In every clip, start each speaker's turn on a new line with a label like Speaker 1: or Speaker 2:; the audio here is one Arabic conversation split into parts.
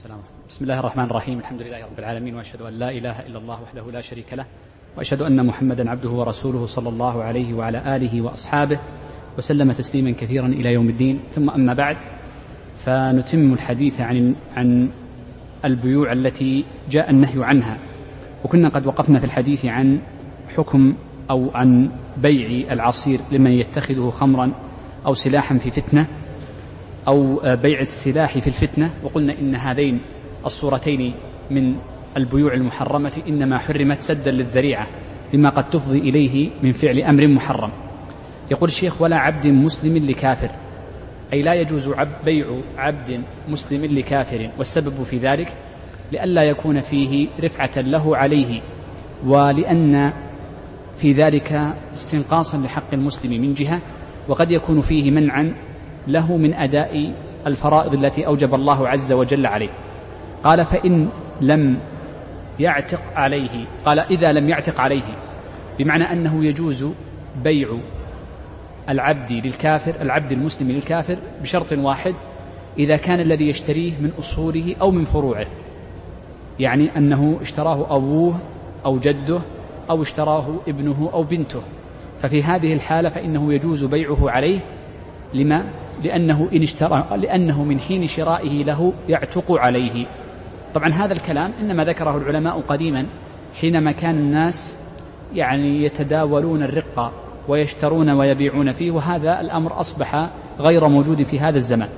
Speaker 1: والسلام. بسم الله الرحمن الرحيم. الحمد لله رب العالمين، وأشهد أن لا إله إلا الله وحده لا شريك له، وأشهد أن محمدا عبده ورسوله صلى الله عليه وعلى آله وأصحابه وسلم تسليما كثيرا إلى يوم الدين. ثم أما بعد، فنتم الحديث عن البيوع التي جاء النهي عنها. وكنا قد وقفنا في الحديث عن حكم أو عن بيع العصير لمن يتخذه خمرا أو سلاحا في فتنة، أو بيع السلاح في الفتنة. وقلنا إن هذين الصورتين من البيوع المحرمة إنما حرمت سدا للذريعة لما قد تفضي إليه من فعل أمر محرم. يقول الشيخ: ولا عبد مسلم لكافر، أي لا يجوز بيع عبد مسلم لكافر. والسبب في ذلك لئلا يكون فيه رفعة له عليه، ولأن في ذلك استنقاصا لحق المسلم من جهة، وقد يكون فيه منعا له من أداء الفرائض التي أوجب الله عز وجل عليه. قال: فإن لم يعتق عليه، قال إذا لم يعتق عليه، بمعنى أنه يجوز بيع العبد للكافر، العبد المسلم للكافر، بشرط واحد: إذا كان الذي يشتريه من أصوله أو من فروعه، يعني أنه اشتراه أبوه أو جده أو اشتراه ابنه أو بنته، ففي هذه الحالة فإنه يجوز بيعه عليه. لما؟ لأنه من حين شرائه له يعتق عليه. طبعا هذا الكلام إنما ذكره العلماء قديما حينما كان الناس يتداولون الرقة ويشترون ويبيعون فيه، وهذا الأمر أصبح غير موجود في هذا الزمان.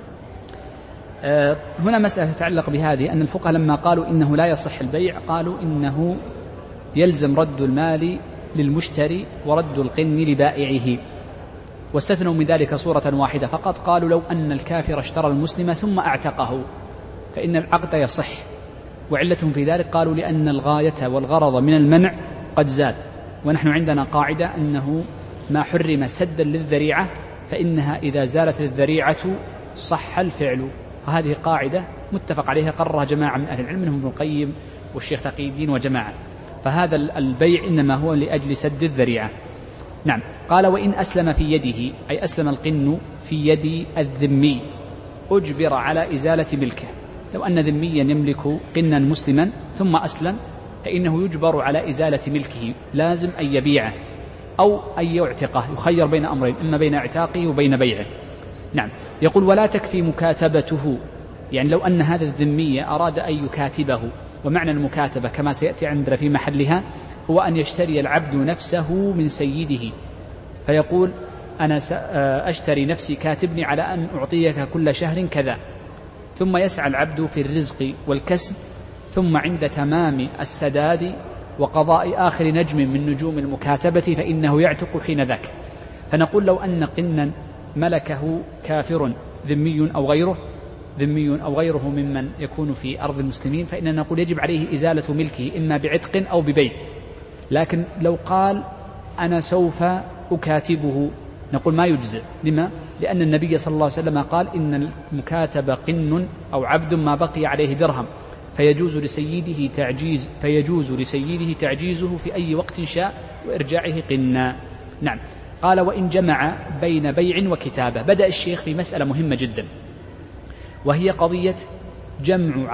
Speaker 1: هنا مسألة تتعلق بهذه، أن الفقهاء لما قالوا إنه لا يصح البيع قالوا إنه يلزم رد المال للمشتري ورد القن لبائعه، واستثنوا من ذلك صورة واحدة فقط. قالوا: لو أن الكافر اشترى المسلم ثم أعتقه فإن العقد يصح. وعلتهم في ذلك قالوا: لأن الغاية والغرض من المنع قد زاد، ونحن عندنا قاعدة أنه ما حرم سدا للذريعة فإنها إذا زالت الذريعة صح الفعل. وهذه قاعدة متفق عليها قررها جماعة من أهل العلم، منهم ابن القيم والشيخ تقي الدين وجماعة. فهذا البيع إنما هو لأجل سد الذريعة. نعم. قال: وإن أسلم في يده، أي أسلم القن في يد الذمي، أجبر على إزالة ملكه. لو أن ذميا يملك قنا مسلما ثم أسلم فإنه يجبر على إزالة ملكه، لازم أن يبيعه أو أن يعتقه، يخير بين أمرين، إما بين اعتاقه وبين بيعه. نعم. يقول: ولا تكفي مكاتبته، يعني لو أن هذا الذمي أراد أن يكاتبه، ومعنى المكاتبة كما سيأتي عندنا في محلها هو أن يشتري العبد نفسه من سيده، فيقول: أنا أشتري نفسي، كاتبني على أن أعطيك كل شهر كذا، ثم يسعى العبد في الرزق والكسب، ثم عند تمام السداد وقضاء آخر نجم من نجوم المكاتبة فإنه يعتق حين ذاك. فنقول: لو أن قنا ملكه كافر ذمي أو غيره ممن يكون في أرض المسلمين، فإننا نقول يجب عليه إزالة ملكه إما بعتق أو ببيع. لكن لو قال: أنا سوف أكاتبه، نقول ما يجزئ. لما؟ لأن النبي صلى الله عليه وسلم قال: إن المكاتب قن أو عبد ما بقي عليه درهم، فيجوز لسيده تعجيزه في أي وقت شاء وإرجاعه قنا. نعم. قال: وإن جمع بين بيع وكتابة. بدأ الشيخ في مسألة مهمة جدا، وهي قضية جمع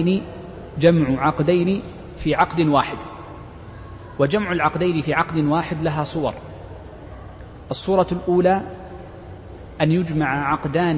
Speaker 1: عقدين في عقد واحد. وجمع العقدين في عقد واحد لها صور. الصورة الأولى أن يجمع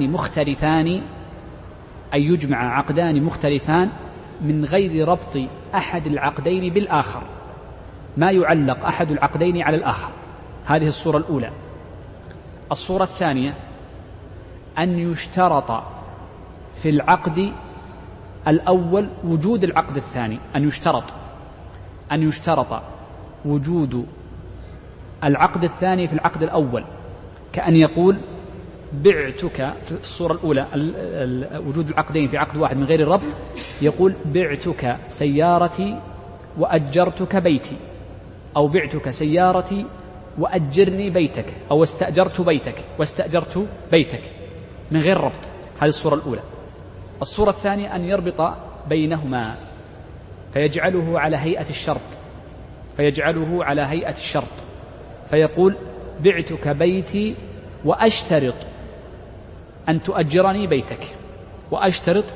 Speaker 1: عقدان مختلفان من غير ربط أحد العقدين بالآخر، ما يعلق أحد العقدين على الآخر. هذه الصورة الأولى. الصورة الثانية أن يشترط في العقد الأول وجود العقد الثاني، أن يشترط وجود العقد الثاني في العقد الأول، كأن يقول: بعتك، في الصورة الأولى وجود العقدين في عقد واحد من غير الربط، يقول: بعتك سيارتي وأجرتك بيتي، أو بعتك سيارتي وأجرني بيتك، أو استأجرت بيتك من غير ربط. هذه الصورة الأولى. الصورة الثانية أن يربط بينهما فيجعله على هيئة الشرط، فيقول: بعتك بيتي وأشترط أن تؤجرني بيتك، وأشترط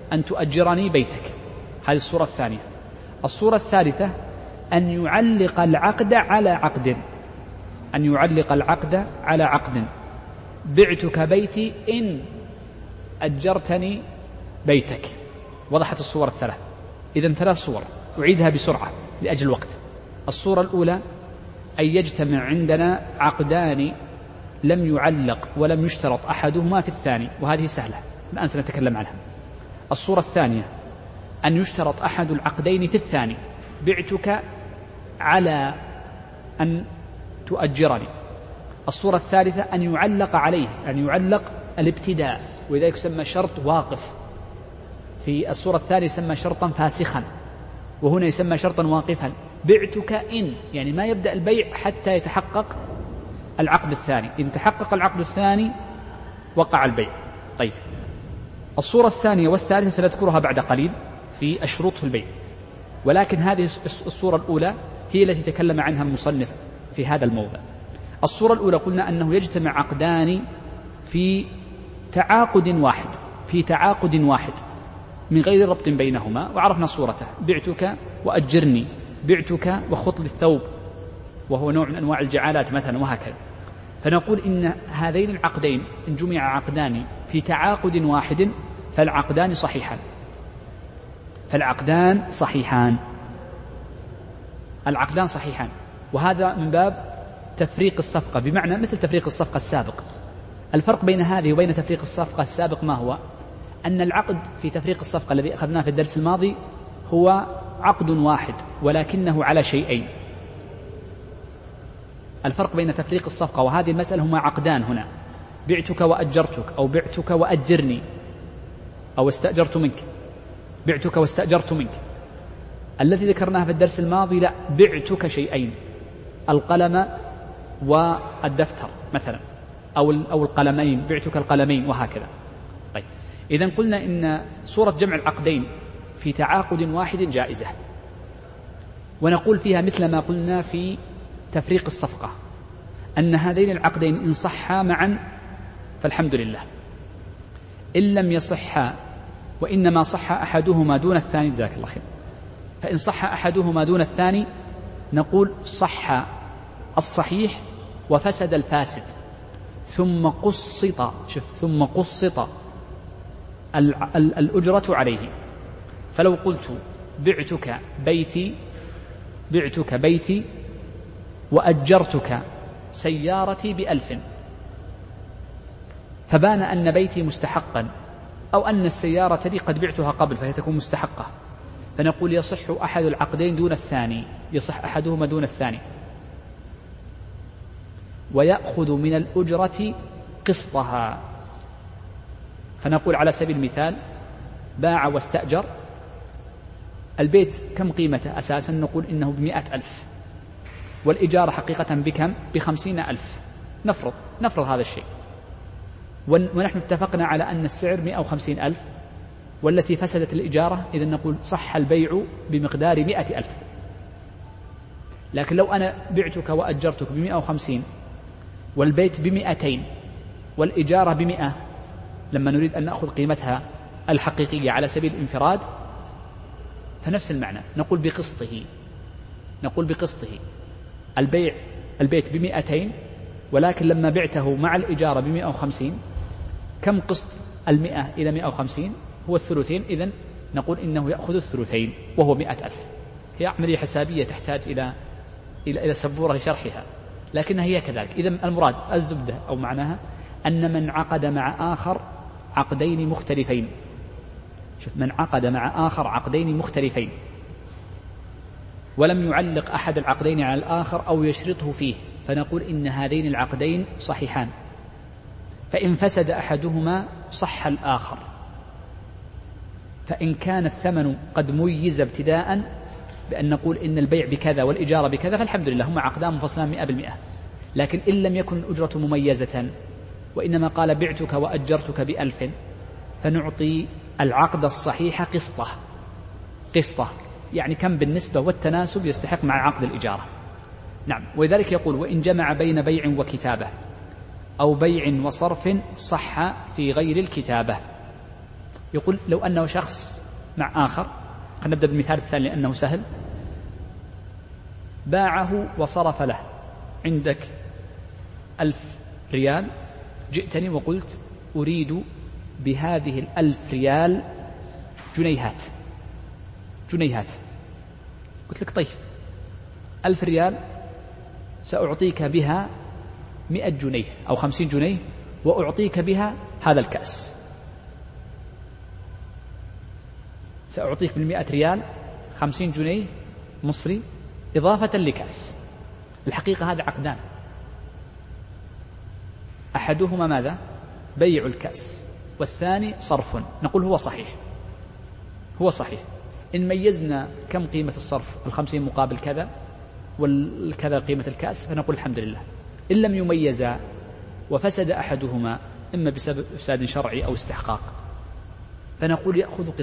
Speaker 1: أن تؤجرني بيتك. هذه الصورة الثانية. الصورة الثالثة أن يعلق العقد على عقد، أن يعلق العقد على عقد. بعتك بيتي إن أجرتني بيتك. وضحت الصور الثلاث. إذن 3 صور أعيدها بسرعة لأجل الوقت. الصورة الأولى أن يجتمع عندنا عقدان لم يعلق ولم يشترط أحدهما في الثاني، وهذه سهلة الآن سنتكلم عنها. الصورة الثانية أن يشترط أحد العقدين في الثاني، بعتك على أن تؤجرني. الصورة الثالثة أن يعلق عليه، أن يعلق الابتداء، ولذلك يسمى شرط واقف. في الصورة الثانية يسمى شرطا فاسخا، وهنا يسمى شرطا واقفا. بعتك إن، يعني ما يبدأ البيع حتى يتحقق العقد الثاني. إن تحقق العقد الثاني وقع البيع. طيب، الصورة الثانية والثالثة سنذكرها بعد قليل في الشروط في البيع، ولكن هذه الصورة الأولى هي التي تكلم عنها المصنف في هذا الموضع. الصورة الأولى قلنا أنه يجتمع عقدان في تعاقد واحد، في تعاقد واحد من غير ربط بينهما، وعرفنا صورته: بعتك وأجرني، بعتك وخط للثوب، وهو نوع من أنواع الجعالات مثلا، وهكذا. فنقول إن هذين العقدين إن جمع عقدان في تعاقد واحد فالعقدان صحيحان، فالعقدان صحيحان، العقدان صحيحان. وهذا من باب تفريق الصفقة، بمعنى مثل تفريق الصفقة السابق. الفرق بين هذه وبين تفريق الصفقة السابق ما هو؟ أن العقد في تفريق الصفقة الذي أخذناه في الدرس الماضي هو عقد واحد ولكنه على شيئين. الفرق بين تفريق الصفقة وهذه المسألة هما عقدان هنا: بعتك وأجرتك، أو بعتك وأجرني، أو استأجرت منك، بعتك واستأجرت منك. الذي ذكرناه في الدرس الماضي لا، بعتك شيئين: القلم والدفتر مثلا، أو القلمين، بعتك القلمين، وهكذا. طيب، إذن قلنا إن صورة جمع العقدين في تعاقد واحد جائزة، ونقول فيها مثل ما قلنا في تفريق الصفقة، أن هذين العقدين إن صحا معا فالحمد لله، إن لم يصحا وإنما صح أحدهما دون الثاني، جزاك الله خير، فإن صح أحدهما دون الثاني نقول صح الصحيح وفسد الفاسد، ثم قسط، ثم قسط الأجرة عليه. فلو قلت بعتك بيتي، بعتك بيتي وأجرتك سيارتي ب1000، فبان أن بيتي مستحقا، أو أن السيارة لي قد بعتها قبل فهي تكون مستحقة، فنقول يصح أحد العقدين دون الثاني، يصح أحدهما دون الثاني، ويأخذ من الأجرة قسطها. فنقول على سبيل المثال: باع واستأجر البيت، كم قيمته أساسا؟ نقول إنه ب100,000، والإجارة حقيقة بكم؟ ب50,000. نفرض هذا الشيء، ونحن اتفقنا على أن السعر 150,000 والتي فسدت الإجارة، إذن نقول صح البيع بمقدار 100,000. لكن لو أنا بعتك وأجرتك ب150 والبيت ب200 والإجارة ب100، لما نريد أن نأخذ قيمتها الحقيقية على سبيل الانفراد فنفس المعنى، نقول بقسطه، نقول بقسطه. البيت ب200، ولكن لما بعته مع الإجارة ب150، كم قسط 100 إلى 150؟ هو الثلثين، إذن نقول إنه يأخذ الثلثين وهو 100,000. هي عملية حسابية تحتاج إلى سبورة لشرحها، لكنها هي كذلك. إذن المراد الزبدة أو معناها أن من عقد مع آخر عقدين مختلفين، شوف، من عقد مع آخر عقدين مختلفين ولم يعلق أحد العقدين على الآخر أو يشرطه فيه، فنقول إن هذين العقدين صحيحان، فإن فسد أحدهما صح الآخر. فإن كان الثمن قد ميز ابتداء بأن نقول إن البيع بكذا والإجارة بكذا فالحمد لله، هما عقدان منفصلان 100%. لكن إن لم يكن الأجرة مميزة وإنما قال بعتك وأجرتك ب1000، فنعطي العقد الصحيح قسطه، يعني كم بالنسبة والتناسب يستحق مع عقد الإجارة. نعم، ولذلك يقول: وإن جمع بين بيع وكتابة أو بيع وصرف صح في غير الكتابة. يقول لو أنه شخص مع آخر، خلينا نبدأ بالمثال الثاني لأنه سهل، باعه وصرف له، عندك 1000 ريال، جئتني وقلت أريد بهذه 1000 ريال جنيهات. قلت لك طيب 1000 ريال سأعطيك بها 100 جنيه أو 50 جنيه وأعطيك بها هذا الكأس. سأعطيك بال100 ريال 50 جنيه مصري إضافة لكأس. الحقيقة هذا عقدان، أحدهما ماذا؟ بيع الكأس، والثاني صرف. نقول هو صحيح إن ميزنا كم قيمة الصرف، 50 مقابل كذا والكذا قيمة الكأس، فنقول الحمد لله. إن لم يميزا وفسد أحدهما إما بسبب إفساد شرعي أو استحقاق، فنقول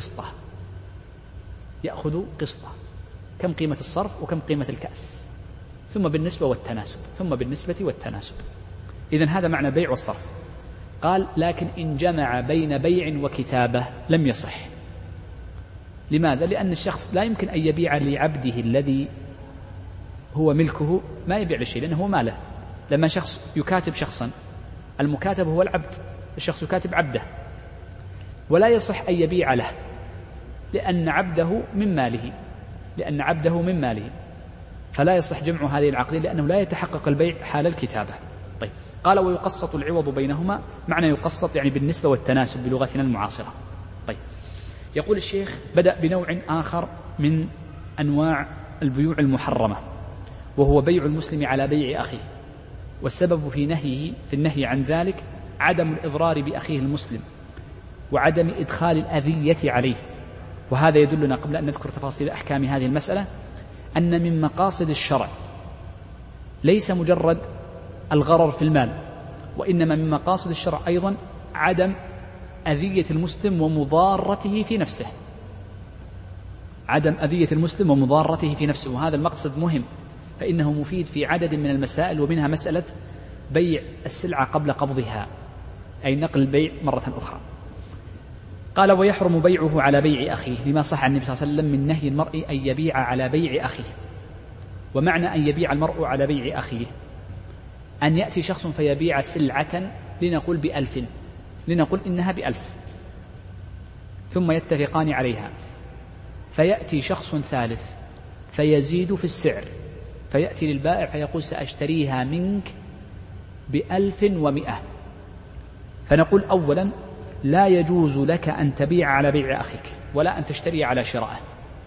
Speaker 1: يأخذ قسطه كم قيمة الصرف وكم قيمة الكأس، ثم بالنسبة والتناسب. إذن هذا معنى بيع والصرف. قال لكن إن جمع بين بيع وكتابة لم يصح. لماذا؟ لأن الشخص لا يمكن أن يبيع لعبده الذي هو ملكه، ما يبيع لشيء لأنه هو ماله. لما شخص يكاتب شخصا، المكاتب هو العبد، الشخص يكاتب عبده، ولا يصح أن يبيع له لأن عبده من ماله، فلا يصح جمع هذه العقدين لأنه لا يتحقق البيع حال الكتابة. طيب، قال ويقسط العوض بينهما، معنى يقسط يعني بالنسبة والتناسب بلغتنا المعاصرة. طيب، يقول الشيخ بدأ بنوع آخر من أنواع البيوع المحرمة، وهو بيع المسلم على بيع أخيه، والسبب في النهي عن ذلك عدم الإضرار بأخيه المسلم وعدم إدخال الأذية عليه. وهذا يدلنا قبل أن نذكر تفاصيل أحكام هذه المسألة أن من مقاصد الشرع ليس مجرد الغرر في المال، وإنما من مقاصد الشرع أيضا عدم أذية المسلم ومضارته في نفسه. وهذا المقصد مهم، فإنه مفيد في عدد من المسائل، ومنها مسألة بيع السلعة قبل قبضها، أي نقل البيع مرة أخرى. قال ويحرم بيعه على بيع أخيه، لما صح عن النبي صلى الله عليه وسلم من نهي المرء أن يبيع على بيع أخيه. ومعنى أن يبيع المرء على بيع أخيه أن يأتي شخص فيبيع سلعة لنقول ب1000، لنقول إنها ب1000، ثم يتفقان عليها، فيأتي شخص ثالث فيزيد في السعر، فيأتي للبائع فيقول سأشتريها منك ب1100. فنقول أولا لا يجوز لك أن تبيع على بيع أخيك، ولا أن تشتري على شرائه،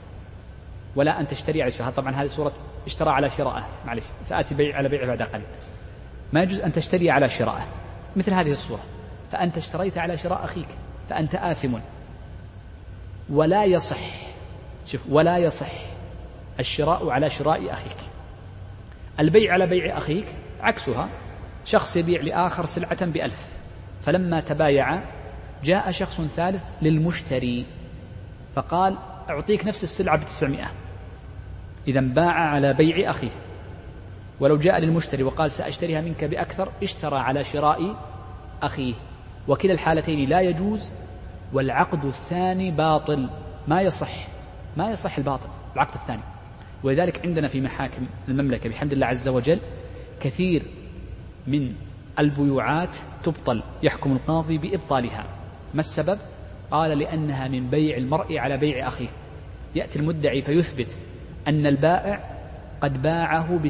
Speaker 1: طبعا هذه صورة اشترى على شرائه، معلش سأتي بيع على بيع بعد قليل. ما يجوز أن تشتري على شرائه مثل هذه الصورة، فأنت اشتريت على شراء أخيك فأنت آثم. ولا يصح الشراء على شراء أخيك. البيع على بيع أخيك عكسها، شخص يبيع لآخر سلعة ب1000، فلما تبايع جاء شخص ثالث للمشتري فقال أعطيك نفس السلعة ب900، إذن باع على بيع أخيه. ولو جاء للمشتري وقال سأشتريها منك بأكثر، اشترى على شراء أخيه، وكلا الحالتين لا يجوز، والعقد الثاني باطل، ما يصح الباطل العقد الثاني. ولذلك عندنا في محاكم المملكة بحمد الله عز وجل كثير من البيوعات تبطل، يحكم القاضي بإبطالها. ما السبب؟ قال لأنها من بيع المرء على بيع أخيه. يأتي المدعي فيثبت أن البائع قد باعه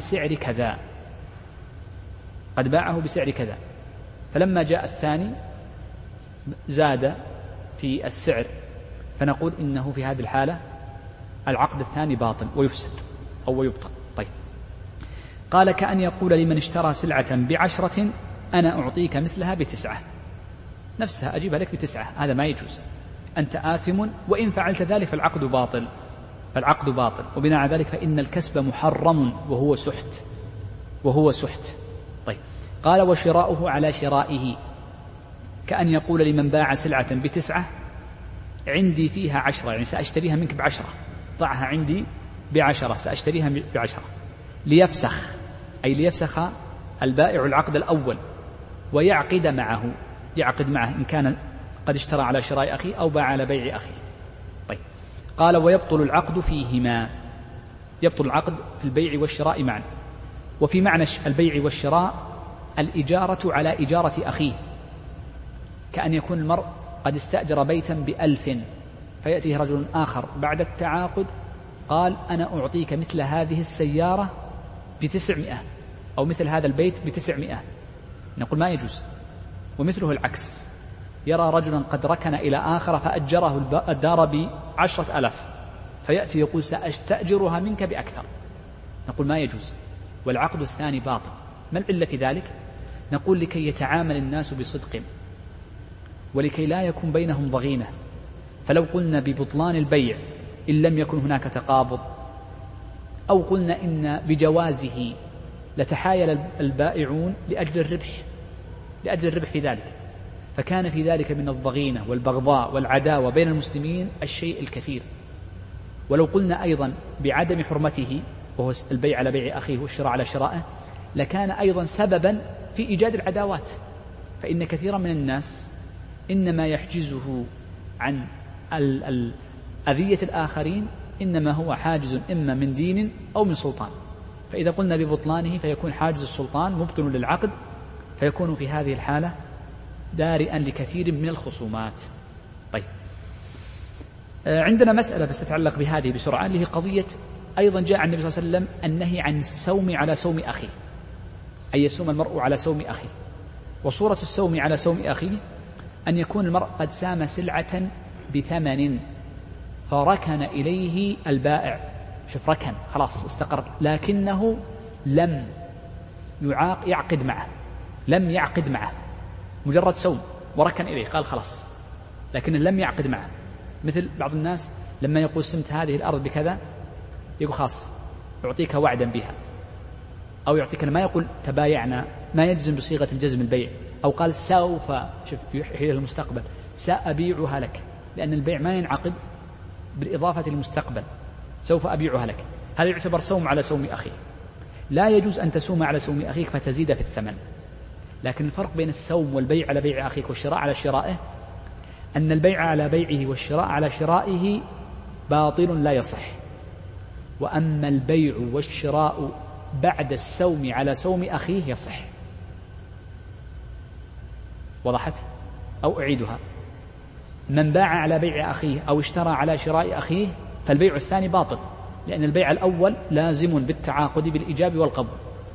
Speaker 1: بسعر كذا، فلما جاء الثاني زاد في السعر، فنقول إنه في هذه الحالة العقد الثاني باطل ويفسد أو يبطل. طيب، قال كأن يقول لمن اشترى سلعة ب10 أنا أعطيك مثلها ب9، نفسها أجيبها لك ب9، هذا ما يجوز، أنت آثم، وإن فعلت ذلك فالعقد باطل. وبناء على ذلك فإن الكسب محرم وهو سحت. طيب، قال وشراؤه على شرائه، كأن يقول لمن باع سلعة ب9 عندي فيها 10، يعني سأشتريها منك ب10، ضعها عندي ب10، سأشتريها ب10، ليفسخ البائع العقد الأول ويعقد معه، إن كان قد اشترى على شراء أخيه أو باع على بيع أخيه. طيب، قال ويبطل العقد فيهما، يبطل العقد في البيع والشراء معا. وفي معنى البيع والشراء الإجارة على إجارة أخيه، كأن يكون المرء قد استأجر بيتا ب1000 فيأتيه رجل آخر بعد التعاقد قال أنا أعطيك مثل هذه السيارة ب900 أو مثل هذا البيت ب900، نقول ما يجوز. ومثله العكس، يرى رجلا قد ركن إلى آخر فأجره الدار ب10,000 فيأتي يقول سأستأجرها منك بأكثر، نقول ما يجوز، والعقد الثاني باطل. ما العلة في ذلك؟ نقول لكي يتعامل الناس بصدق ولكي لا يكون بينهم ضغينة. فلو قلنا ببطلان البيع إن لم يكن هناك تقابض، أو قلنا إن بجوازه لتحايل البائعون لأجل الربح في ذلك، فكان في ذلك من الضغينة والبغضاء والعداوة بين المسلمين الشيء الكثير. ولو قلنا أيضا بعدم حرمته وهو البيع على بيع أخيه والشراء على شرائه لكان أيضا سببا في إيجاد العداوات، فإن كثيرا من الناس إنما يحجزه عن أذية الآخرين إنما هو حاجز إما من دين أو من سلطان، فإذا قلنا ببطلانه فيكون حاجز السلطان مبطل للعقد، فيكون في هذه الحالة دارئا لكثير من الخصومات. طيب، عندنا مسألة بس تتعلق بهذه بسرعة، اللي هي قضية أيضا جاء عن النبي صلى الله عليه وسلم النهي عن السوم على سوم أخيه، أن يسوم المرء على سوم أخيه. وصورة السوم على سوم أخيه أن يكون المرء قد سام سلعة ب8 فركن إليه البائع، شوف ركن خلاص استقر، لكنه لم يعقد معه، مجرد سوم وركن إليه قال خلاص، لكنه لم يعقد معه. مثل بعض الناس لما يقول سمت هذه الأرض بكذا يقول خلاص يعطيك وعدا بها، أو يعطيك، ما يقول تبايعنا، ما يجزم بصيغة الجزم البيع، أو قال سوف، شوف يحيل المستقبل، سأبيعها لك، لأن البيع ما ينعقد بالإضافة للمستقبل، سوف أبيعها لك، هذا يعتبر سوم على سوم أخيه. لا يجوز أن تسوم على سوم أخيك فتزيد في الثمن، لكن الفرق بين السوم والبيع على بيع أخيك والشراء على شرائه أن البيع على بيعه والشراء على شرائه باطل لا يصح، وأما البيع والشراء بعد السوم على سوم أخيه يصح. وضحت؟ أو أعيدها، من باع على بيع أخيه أو اشترى على شراء أخيه فالبيع الثاني باطل، لأن البيع الأول لازم بالتعاقد بالإيجاب والقبول.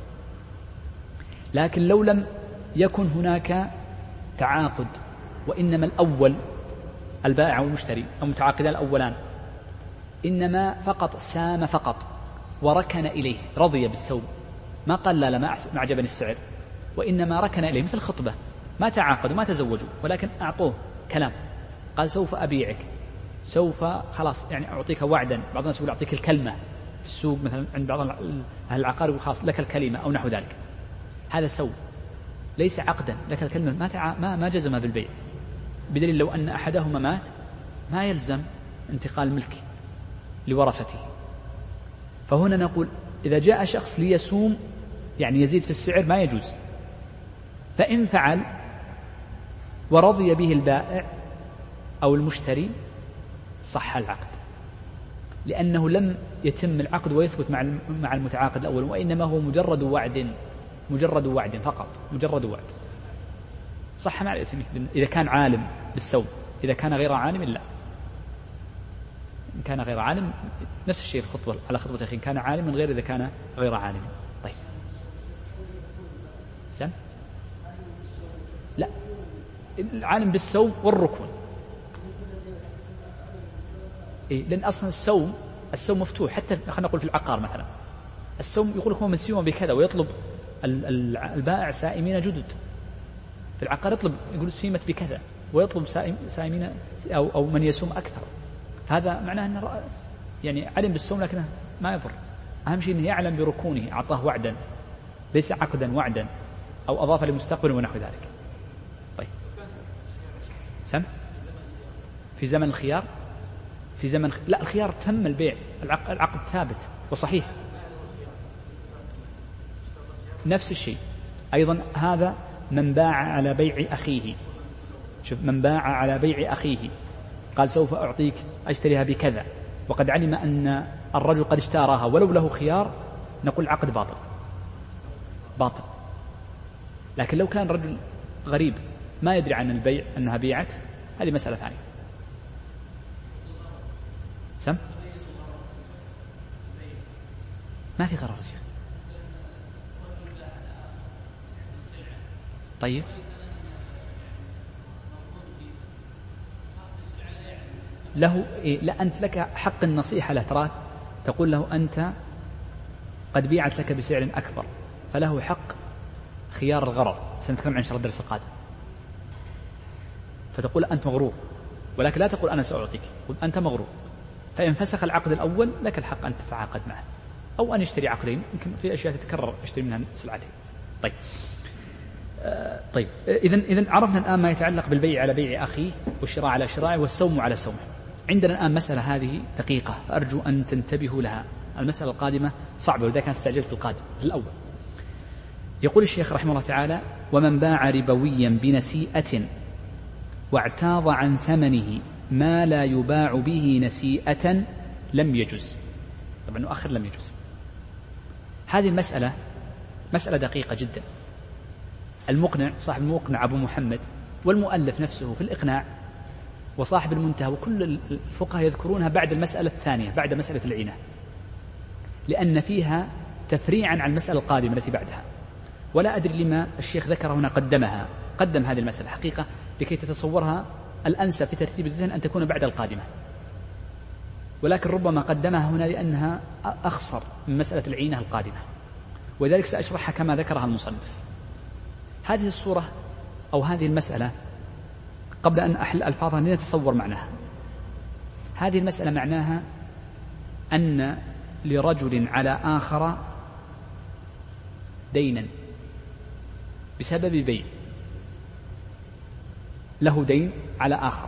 Speaker 1: لكن لو لم يكن هناك تعاقد وإنما الأول البائع والمشتري المتعاقدان الأولان إنما فقط سام فقط وركن إليه، رضي بالسوم، ما قال لا ما أعجبني السعر، وإنما ركن إليه، مثل خطبة، ما تعاقدوا ما تزوجوا ولكن أعطوه كلام، قال سوف أبيعك، سوف خلاص يعني أعطيك وعدا. بعض الناس يقول أعطيك الكلمة في السوق مثلا، عند بعض أهل العقار يقول خلاص لك الكلمة أو نحو ذلك، هذا سوء ليس عقدا، لك الكلمة ما جزم بالبيع، بدليل لو أن أحدهما مات ما يلزم انتقال ملك لورثته. فهنا نقول إذا جاء شخص ليسوم يعني يزيد في السعر ما يجوز، فإن فعل ورضي به البائع أو المشتري صح العقد، لأنه لم يتم العقد ويثبت مع المتعاقد الأول، وإنما هو مجرد وعد فقط، مجرد وعد، صح مع الإثم إذا كان عالم بالسوم. إذا كان غير عالم لا، إن كان غير عالم نفس الشيء الخطوة على خطوة أخي، كان عالم من غير إذا كان غير عالم. طيب سم لا، العالم بالسوم والركن، لأن أصلا السوم مفتوح، حتى خلينا نقول في العقار مثلا السوم يقول لك هو مسيوم بكذا، ويطلب البائع سائمين جدد، في العقار يطلب يقول سيمت بكذا ويطلب سائمين أو من يسوم أكثر، فهذا معناه أنه يعني علم بالسوم لكنه ما يضر، أهم شيء أنه يعلم بركونه، أعطاه وعدا ليس عقدا وعدا أو أضاف لمستقبل ونحو ذلك. طيب سم في زمن الخيار، في زمن لا الخيار تم البيع، العقد ثابت وصحيح، نفس الشيء أيضا. هذا من باع على بيع أخيه شوف، من باع على بيع أخيه قال سوف أعطيك أشتريها بكذا، وقد علم أن الرجل قد اشتراها ولو له خيار، نقول عقد باطل. لكن لو كان رجل غريب ما يدري عن البيع أنها بيعت، هذه مسألة ثانية. سم ما في قرار شيخ. طيب له إيه؟ لا، أنت لك حق النصيحة له، ترى تقول له أنت قد بيعت لك بسعر أكبر، فله حق خيار الغرر، سنتكلم عن شرط الدرس القادم. فتقول أنت مغرور، ولكن لا تقول أنا سأعطيك، قل أنت مغرور. فإن فسخ العقد الأول لك الحق أن تتعاقد معه، أو أن يشتري عقدين، يمكن في أشياء تتكرر يشتري منها سلعتين. طيب إذن عرفنا الآن ما يتعلق بالبيع على بيع أخيه، والشراء على شرائه، والسوم على سومه. عندنا الآن مسألة هذه دقيقة، فأرجو أن تنتبهوا لها. المسألة القادمة صعبة، وإذا كانت استعجلت القادم الأول. يقول الشيخ رحمه الله تعالى: ومن باع ربويا بنسيئة واعتاض عن ثمنه ما لا يباع به نسيئة لم يجز. طبعا نؤخر لم يجز. هذه المسألة مسألة دقيقة جدا. المقنع صاحب المقنع أبو محمد، والمؤلف نفسه في الإقناع، وصاحب المنتهى، وكل الفقهاء يذكرونها بعد المسألة الثانية، بعد مسألة العينة، لأن فيها تفريعا عن المسألة القادمة التي بعدها. ولا أدري لما الشيخ ذكر هنا قدم هذه المسألة حقيقة لكي تتصورها الأنسب في ترتيب الذهن أن تكون بعد القادمة، ولكن ربما قدمها هنا لأنها أخصر من مسألة العينة القادمة، وذلك سأشرحها كما ذكرها المصنف. هذه الصورة أو هذه المسألة قبل أن أحل ألفاظها لنتصور معناها. هذه المسألة معناها أن لرجل على آخر دينا بسبب بيع، له دين على آخر،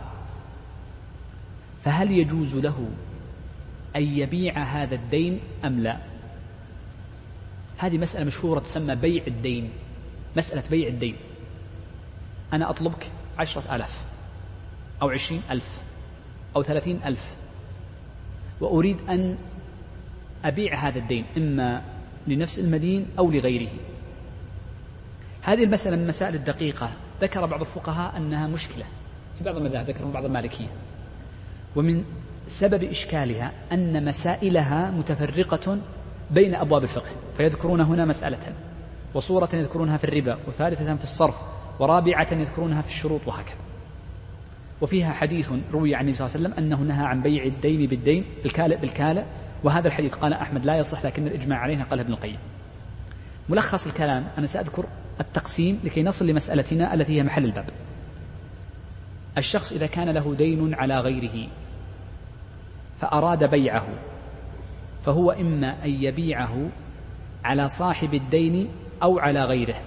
Speaker 1: فهل يجوز له أن يبيع هذا الدين أم لا؟ هذه مسألة مشهورة تسمى بيع الدين، مسألة بيع الدين. أنا أطلبك 10,000 أو 20,000 أو 30,000، وأريد أن أبيع هذا الدين إما لنفس المدين أو لغيره. هذه المسألة من المسائل الدقيقة، ذكر بعض الفقهاء أنها مشكلة في بعض المذاهب، ذكرهم بعض المالكية، ومن سبب إشكالها أن مسائلها متفرقة بين أبواب الفقه، فيذكرون هنا مسألة، وصورة يذكرونها في الربا، وثالثة في الصرف، ورابعة يذكرونها في الشروط، وهكذا. وفيها حديث روي عن النبي صلى الله عليه وسلم أنه نهى عن بيع الدين بالدين، الكالئ بالكالئ، وهذا الحديث قال أحمد لا يصح، لكن الإجماع عليه قال ابن القيم. ملخص الكلام، أنا سأذكر التقسيم لكي نصل لمسألتنا التي هي محل الباب. الشخص إذا كان له دين على غيره فأراد بيعه، فهو إما أن يبيعه على صاحب الدين أو على غيره،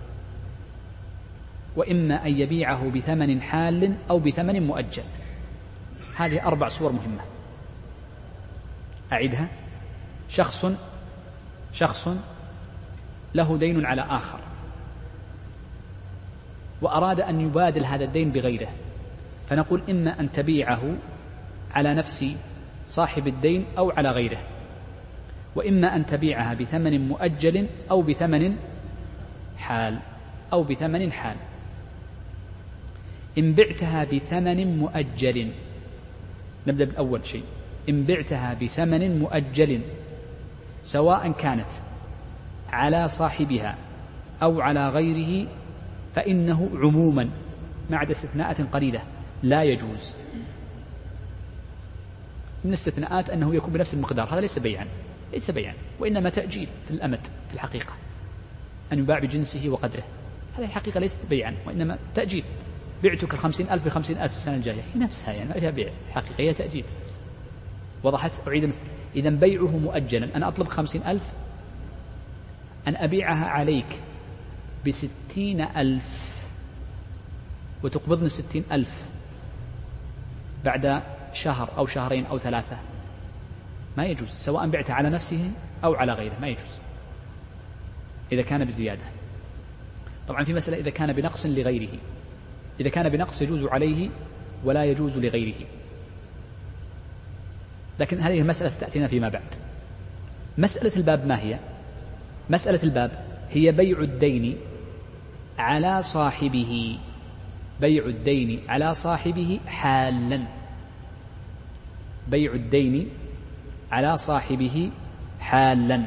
Speaker 1: وإما أن يبيعه بثمن حال أو بثمن مؤجل. هذه 4 صور مهمة. أعيدها: شخص له دين على آخر، وأراد أن يبادل هذا الدين بغيره، فنقول إما أن تبيعه على نفس صاحب الدين أو على غيره، وإما أن تبيعها بثمن مؤجل أو بثمن حال إن بعتها بثمن مؤجل، نبدأ بالأول شيء، إن بعتها بثمن مؤجل سواء كانت على صاحبها أو على غيره فإنه عموما ما عدا استثناءات قليلة لا يجوز. من الاستثناءات أنه يكون بنفس المقدار، هذا ليس بيعا، وإنما تأجيل في الأمد في الحقيقة، أن يباع بجنسه وقدره، هذه الحقيقة ليست بيعا وإنما تأجيل. بعتك 50,000 ب50,000 السنة الجاية، هي نفسها يعني ما فيها بيع، حقيقة هي تأجيل. وضحت؟ أعيد. إذن بيعه مؤجلا، أنا أطلب 50,000 أن أبيعها عليك ب60,000 وتقبضني 60,000 بعد شهر أو شهرين أو 3، ما يجوز، سواء بعتها على نفسه أو على غيره ما يجوز إذا كان بزيادة. طبعا في مسألة إذا كان بنقص لغيره، إذا كان بنقص يجوز عليه ولا يجوز لغيره. لكن هذه المسألة ستأتينا فيما بعد. مسألة الباب ما هي؟ مسألة الباب هي بيع الدين على صاحبه، بيع الدين على صاحبه حالا، بيع الدين على صاحبه حالا.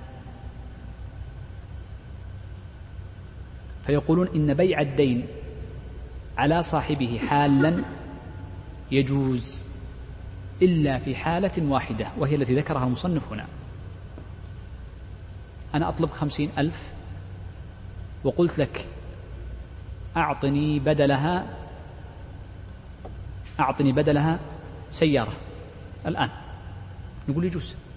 Speaker 1: فيقولون إن بيع الدين على صاحبه حالا يجوز إلا في حالة واحدة، وهي التي ذكرها المصنف هنا. أنا أطلب 50,000 وقلت لك أعطني بدلها سيارة الآن. نقول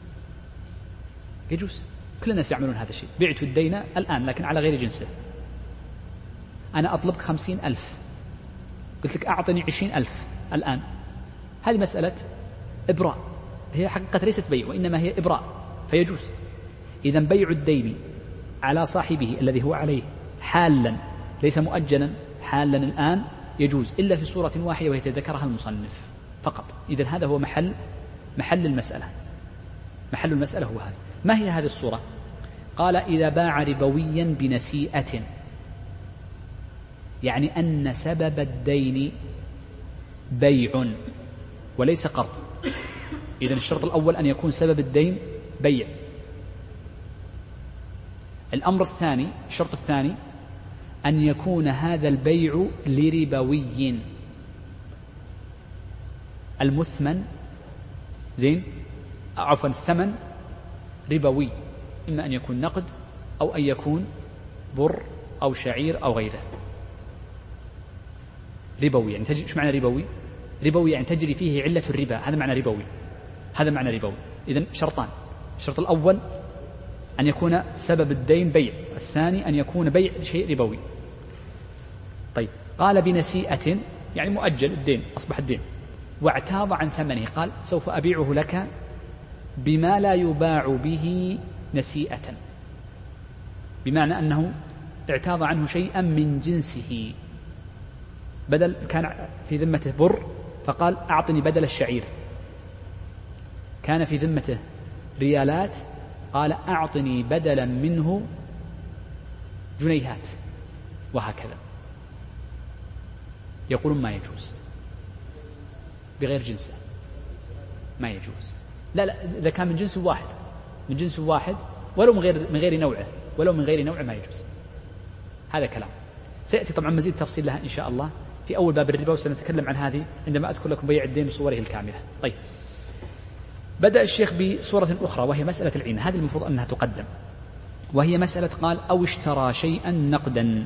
Speaker 1: يجوز، كل الناس يعملون هذا الشيء. بعت الدين الآن لكن على غير جنسه. أنا أطلبك 50,000، قلت لك أعطني 20,000 الآن. هذه مسألة إبراء، هي حقيقة ليست بيع وإنما هي إبراء، فيجوز. إذن بيع الدين على صاحبه الذي هو عليه حالا ليس مؤجلا، حالا الآن يجوز إلا في صورة واحدة وهي ذكرها المصنف فقط. إذن هذا هو محل المسألة. محل المسألة هو هذا. ما هي هذه الصورة؟ قال إذا باع ربويا بنسيئة، يعني أن سبب الدين بيع وليس قرض. إذن الشرط الأول أن يكون سبب الدين بيع. الأمر الثاني، الشرط الثاني أن يكون هذا البيع لربوي المثمن، الثمن ربوي، إما أن يكون نقد أو أن يكون بر أو شعير أو غيره. ربوي يعني إيش معنى ربوي؟ ربوي يعني تجري فيه علة الربا، هذا معنى ربوي. إذن شرطان: الشرط الأول أن يكون سبب الدين بيع، الثاني أن يكون بيع شيء ربوي. طيب، قال بنسيئة يعني مؤجل الدين، أصبح الدين، واعتاض عن ثمنه، قال سوف أبيعه لك بما لا يباع به نسيئة، بمعنى أنه اعتاض عنه شيئا من جنسه. بدل كان في ذمته بر فقال أعطني بدل الشعير، كان في ذمته ريالات قال أعطني بدلا منه جنيهات، وهكذا. يقولون ما يجوز بغير جنسه، ما يجوز. لا إذا كان من جنس واحد ولو من غير نوعه ما يجوز. هذا كلام سيأتي طبعا مزيد تفصيل لها إن شاء الله في أول باب الربا، وسنتكلم عن هذه عندما أذكر لكم بيع الدين بصوره الكاملة. طيب، بدأ الشيخ بصورة أخرى وهي مسألة العين، هذه المفروض أنها تقدم، وهي مسألة قال أو اشترى شيئا نقدا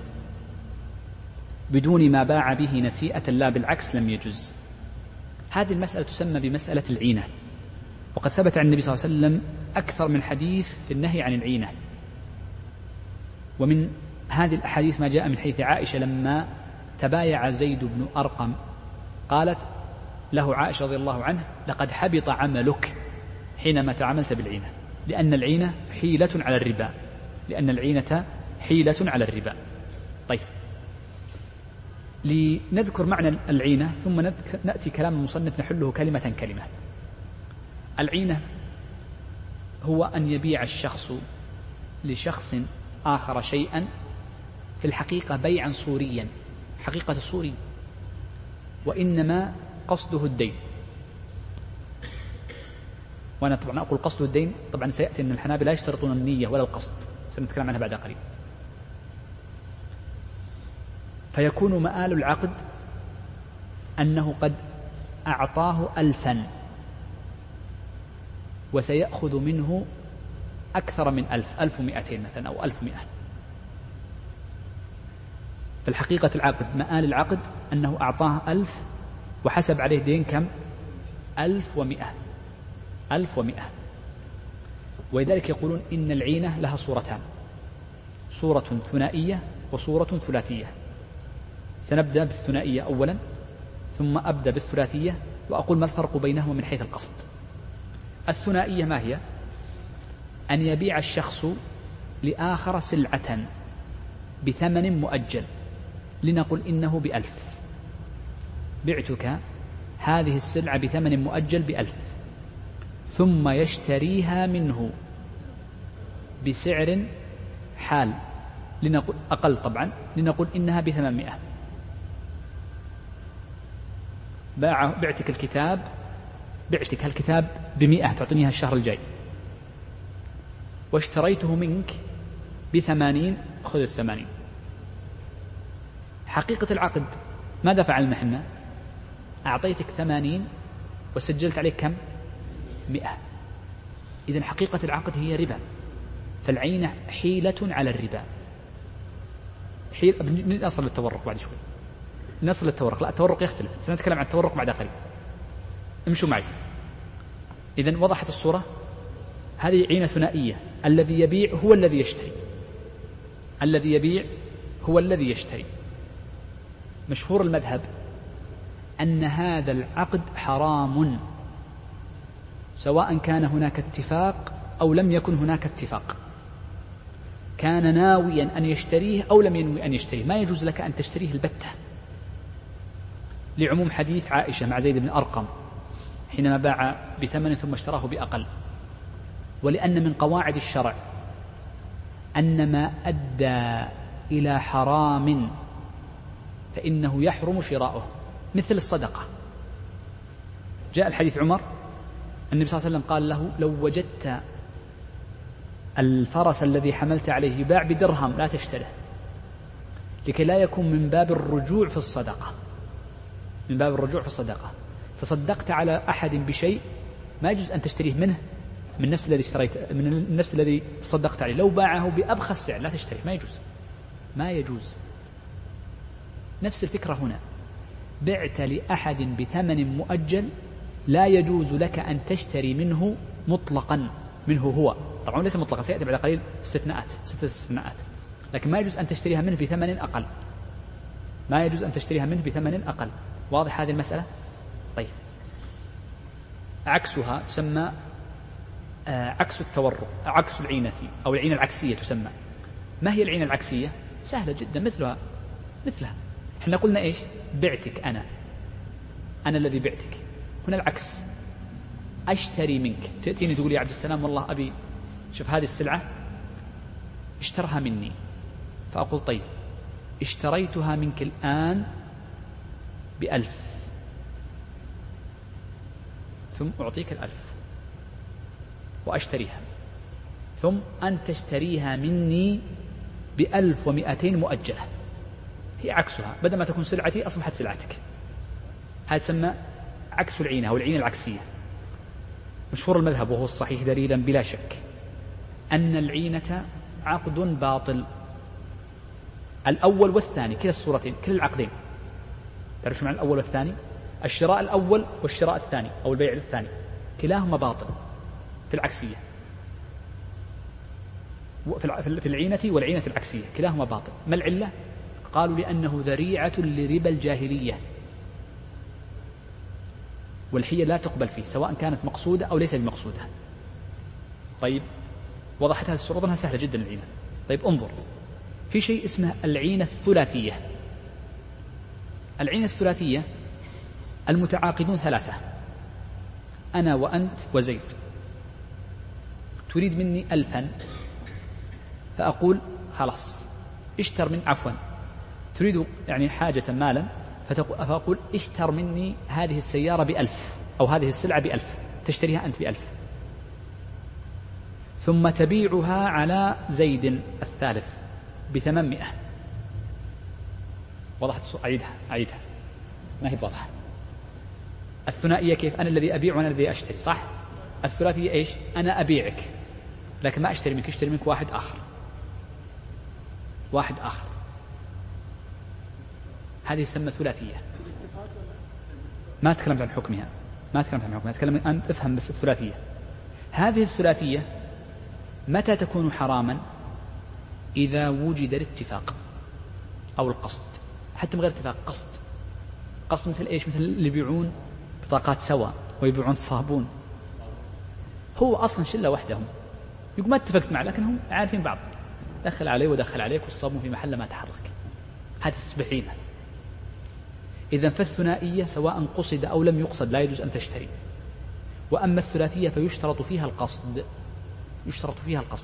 Speaker 1: بدون ما باع به نسيئة لا بالعكس لم يجز. هذه المسألة تسمى بمسألة العينة، وقد ثبت عن النبي صلى الله عليه وسلم أكثر من حديث في النهي عن العينة. ومن هذه الأحاديث ما جاء من حديث عائشة لما تبايع زيد بن أرقم قالت له عائشة رضي الله عنه لقد حبط عملك حينما تعاملت بالعينة، لأن العينة حيلة على الربا. طيب، لنذكر معنى العينة ثم نأتي كلام المصنف نحله كلمة كلمة. العينة هو أن يبيع الشخص لشخص آخر شيئا في الحقيقة بيعا صوريا، حقيقة الصوري، وإنما قصده الدين. وأنا طبعا أقول قصده الدين، طبعا سيأتي أن الحنابلة لا يشترطون النية ولا القصد، سنتكلم عنها بعد قليل. فيكون مآل العقد أنه قد أعطاه 1000 وسيأخذ منه أكثر من 1000، 1200 مثلا أو 1100. فالحقيقة العقد، مآل العقد أنه أعطاه 1000 وحسب عليه دين كم؟ 1100. ولذلك يقولون إن العينة لها صورتان: صورة ثنائية وصورة ثلاثية. سنبدأ بالثنائية أولا ثم أبدأ بالثلاثية، وأقول ما الفرق بينهما من حيث القصد. الثنائية ما هي؟ أن يبيع الشخص لآخر سلعة بثمن مؤجل، لنقل إنه ب1000 بعتك هذه السلعة بثمن مؤجل ب1,000، ثم يشتريها منه بسعر حال، لنقول أقل طبعا، لنقول إنها ب800. بعتك الكتاب، بعتك هالكتاب ب100 تعطينيها الشهر الجاي، واشتريته منك ب80، خذ ال80. حقيقة العقد ماذا فعلنا احنا؟ أعطيتك 80 وسجلت عليك كم؟ 100. إذن حقيقة العقد هي ربا، فالعين حيلة على الربا. نصل للتورق بعد شوي، نصل للتورق. لا، التورق يختلف، سنتكلم عن التورق بعد قليل، امشوا معي. إذن وضحت الصورة. هذه عينة ثنائية، الذي يبيع هو الذي يشتري، الذي يبيع هو الذي يشتري. مشهور المذهب أن هذا العقد حرام، سواء كان هناك اتفاق أو لم يكن هناك اتفاق، كان ناويا أن يشتريه أو لم ينوي أن يشتريه، ما يجوز لك أن تشتريه البتة، لعموم حديث عائشة مع زيد بن أرقم حينما باع ب8 ثم اشتراه بأقل. ولأن من قواعد الشرع أن ما أدى إلى حرام فإنه يحرم شراؤه، مثل الصدقة. جاء الحديث عمر، النبي صلى الله عليه وسلم قال له: لو وجدت الفرس الذي حملت عليه يباع بدرهم لا تشتره، لكي لا يكون من باب الرجوع في الصدقة، من باب الرجوع في الصدقة. تصدقت على أحد بشيء ما يجوز أن تشتريه منه من نفس الذي اشتريت، من نفس الذي تصدقت عليه. لو باعه بأبخس سعر لا تشتريه، ما يجوز، ما يجوز. نفس الفكرة هنا، بعت لأحد بثمن مؤجل، لا يجوز لك أن تشتري منه مطلقا، منه هو، طبعا ليس مطلقا، سيأتي بعد قليل استثناءات، 6 استثناءات، لكن ما يجوز أن تشتريها منه بثمن أقل، ما يجوز أن تشتريها منه بثمن أقل. واضح هذه المسألة؟ طيب، عكسها تسمى عكس التورق، عكس العينة أو العينة العكسية تسمى. ما هي العينة العكسية؟ سهلة جدا، مثلها. احنا قلنا إيش؟ بعتك أنا الذي بعتك. هنا العكس، أشتري منك، تأتيني تقول يا عبد السلام والله أبي، شوف هذه السلعة اشترها مني، فأقول طيب اشتريتها منك الآن ب1,000، ثم أعطيك 1,000 وأشتريها، ثم أن تشتريها مني ب1,200 مؤجلة. هي عكسها، بدل ما تكون سلعتي أصبحت سلعتك. هذا تسمى عكس العينة أو العينة العكسية. مشهور المذهب وهو الصحيح دليلا بلا شك أن العينة عقد باطل، الأول والثاني، كلا الصورتين، كلا العقدين. تعرف شو معنى الأول والثاني؟ الشراء الأول والشراء الثاني أو البيع الثاني كلاهما باطل في العكسية، في العينة والعينة العكسية كلاهما باطل. ما العلة؟ قالوا لأنه ذريعة لربا الجاهلية، والحية لا تقبل فيه سواء كانت مقصودة أو ليس بمقصودة. طيب، وضحت هذه الصورة، أنها سهلة جدا العينة. طيب انظر، في شيء اسمه العينة الثلاثية. العينة الثلاثية المتعاقدون 3، أنا وأنت وزيد، تريد مني 1000، فأقول خلاص اشتر من، عفوا تريد يعني حاجة مالا، فأقول اشتر مني هذه السيارة ب1,000 أو هذه السلعة ب1,000، تشتريها أنت ب1,000، ثم تبيعها على زيد الثالث ب800. وضحت الصورة؟ أعيدها، ما هي واضحة. الثنائية كيف؟ أنا الذي أبيع وأنا الذي أشتري، صح؟ الثلاثية إيش؟ أنا أبيعك لكن ما أشتري منك، أشتري منك واحد آخر. هذه تسمى ثلاثية. ما أتكلم عن حكمها، أتكلم أن افهم بس الثلاثية. هذه الثلاثية متى تكون حراما؟ إذا وجد الاتفاق أو القصد، حتى من غير اتفاق، قصد مثل إيش؟ مثل اللي يبيعون بطاقات سوا ويبيعون صابون، هو أصلا شلة وحدهم، يقول ما اتفقت معه لكن هم عارفين بعض، دخل علي ودخل عليك والصابون في محل ما تحرك، هذه تصبح عينة. إذن فالثنائية سواء قصد أو لم يقصد لا يجوز أن تشتري. وأما الثلاثية فيشترط فيها القصد، يشترط فيها القصد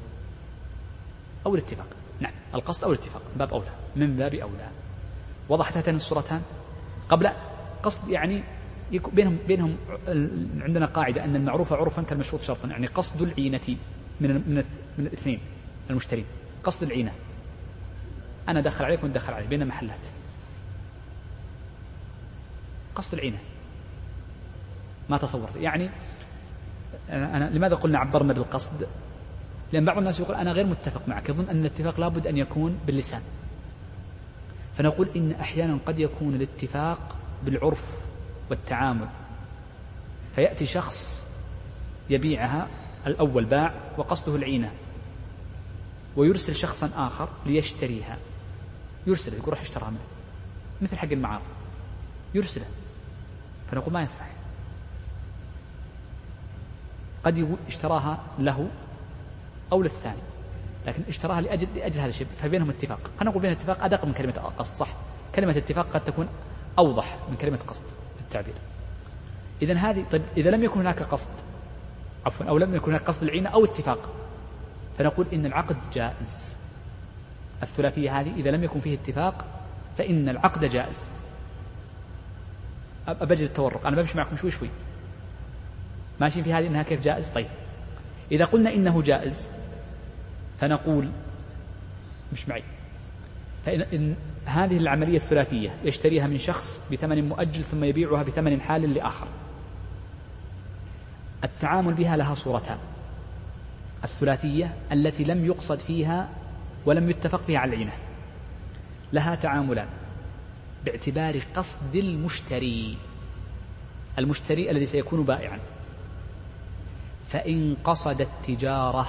Speaker 1: أو الاتفاق. نعم، القصد أو الاتفاق باب أولى، من باب أولى. وضحت هاتين الصورتان من قصد يعني بينهم عندنا قاعدة أن المعروف عرفا كالمشروط شرطا، يعني قصد العينة من الاثنين المشترين، قصد العينة، أنا دخل عليك وأنت دخل علي بين محلات، قصد العينة ما تصور. يعني أنا لماذا قلنا عبرنا بالقصد؟ لأن بعض الناس يقول أنا غير متفق معك، يظن أن الاتفاق لابد أن يكون باللسان، فنقول إن أحيانا قد يكون الاتفاق بالعرف والتعامل، فيأتي شخص يبيعها الأول باع وقصده العينة، ويرسل شخصا آخر ليشتريها، يرسله يقول روح اشترها منه، مثل حق المعارض يرسله، فنقول ما يصح. قد اشتراها له أو للثاني، لكن اشتراها لأجل هذا الشيء، فبينهم اتفاق. خلينا نقول بين اتفاق أدق من كلمة قصد، صح؟ كلمة اتفاق قد تكون أوضح من كلمة قصد في التعبير. إذن هذه طيب إذا لم يكن هناك قصد، عفوا، أو لم يكن هناك قصد العينة أو اتفاق، فنقول إن العقد جائز. الثلاثية هذه إذا لم يكن فيه اتفاق فإن العقد جائز. أبجد التورق، أنا بمشي معكم شوي ماشيين في هذه إنها كيف جائز. طيب إذا قلنا إنه جائز فنقول مش معي، فإن هذه العملية الثلاثية يشتريها من شخص بثمن مؤجل ثم يبيعها بثمن حال لآخر، التعامل بها لها صورتان. الثلاثية التي لم يقصد فيها ولم يتفق فيها على العينة لها تعاملان باعتبار قصد المشتري الذي سيكون بائعا. فإن قصد التجارة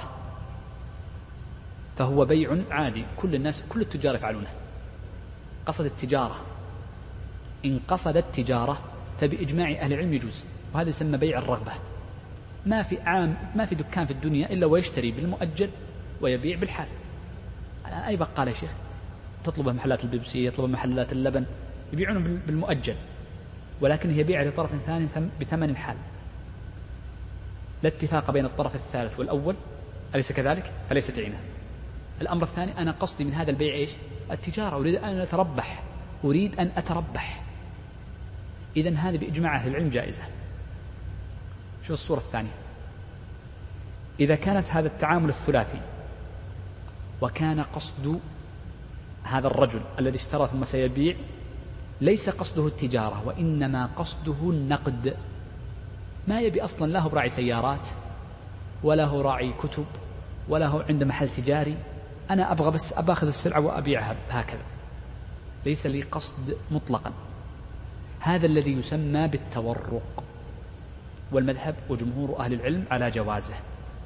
Speaker 1: فهو بيع عادي، كل التجار يفعلونه، قصد التجارة. إن قصد التجارة فبإجماع أهل العلم يجوز، وهذا يسمى بيع الرغبة. ما في دكان في الدنيا إلا ويشتري بالمؤجل ويبيع بالحال. أي بقال يا شيخ تطلب محلات البيبسي، يطلب محلات اللبن، يبيعون بالمؤجل، ولكن يبيع لطرف ثاني بثمن حال، لا اتفاق بين الطرف الثالث والأول، أليس كذلك؟ فليست عينة. الأمر الثاني أنا قصدي من هذا البيع إيش؟ التجارة، أريد أن أتربح. إذن هذه بإجماع أهل العلم جائزة. شوف الصورة الثانية، إذا كانت هذا التعامل الثلاثي وكان قصد هذا الرجل الذي اشترى ثم سيبيع ليس قصده التجارة وإنما قصده النقد، ما يبي أصلا، لا هو براعي سيارات ولا هو راعي كتب ولا هو عنده محل تجاري، أنا أبغى بس أباخذ السلعة وأبيعها هكذا، ليس لي قصد مطلقا. هذا الذي يسمى بالتورق، والمذهب وجمهور أهل العلم على جوازه.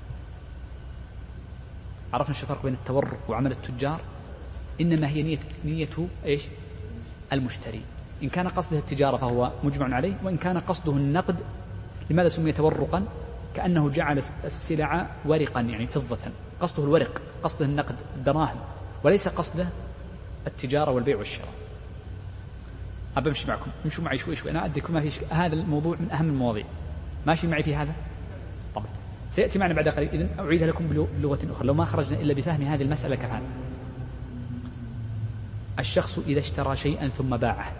Speaker 1: عرفنا شو الفرق بين التورق وعمل التجار؟ إنما هي نية إيش؟ المشتري. إن كان قصده التجارة فهو مجمع عليه، وإن كان قصده النقد. لماذا سمي تورقا؟ كأنه جعل السلع ورقا، يعني فضة، قصده الورق، قصده النقد الدراهم، وليس قصده التجارة والبيع والشراء. أمشي معكم، امشوا معي شوي أنا أدركم ما فيش، هذا الموضوع من أهم المواضيع، ماشي معي في هذا طبعا، سيأتي معنا بعد قليل. إذن أعيدها لكم بلغة أخرى لو ما خرجنا إلا بفهم هذه المسألة كفانا. الشخص إذا اشترى شيئا ثم باعه،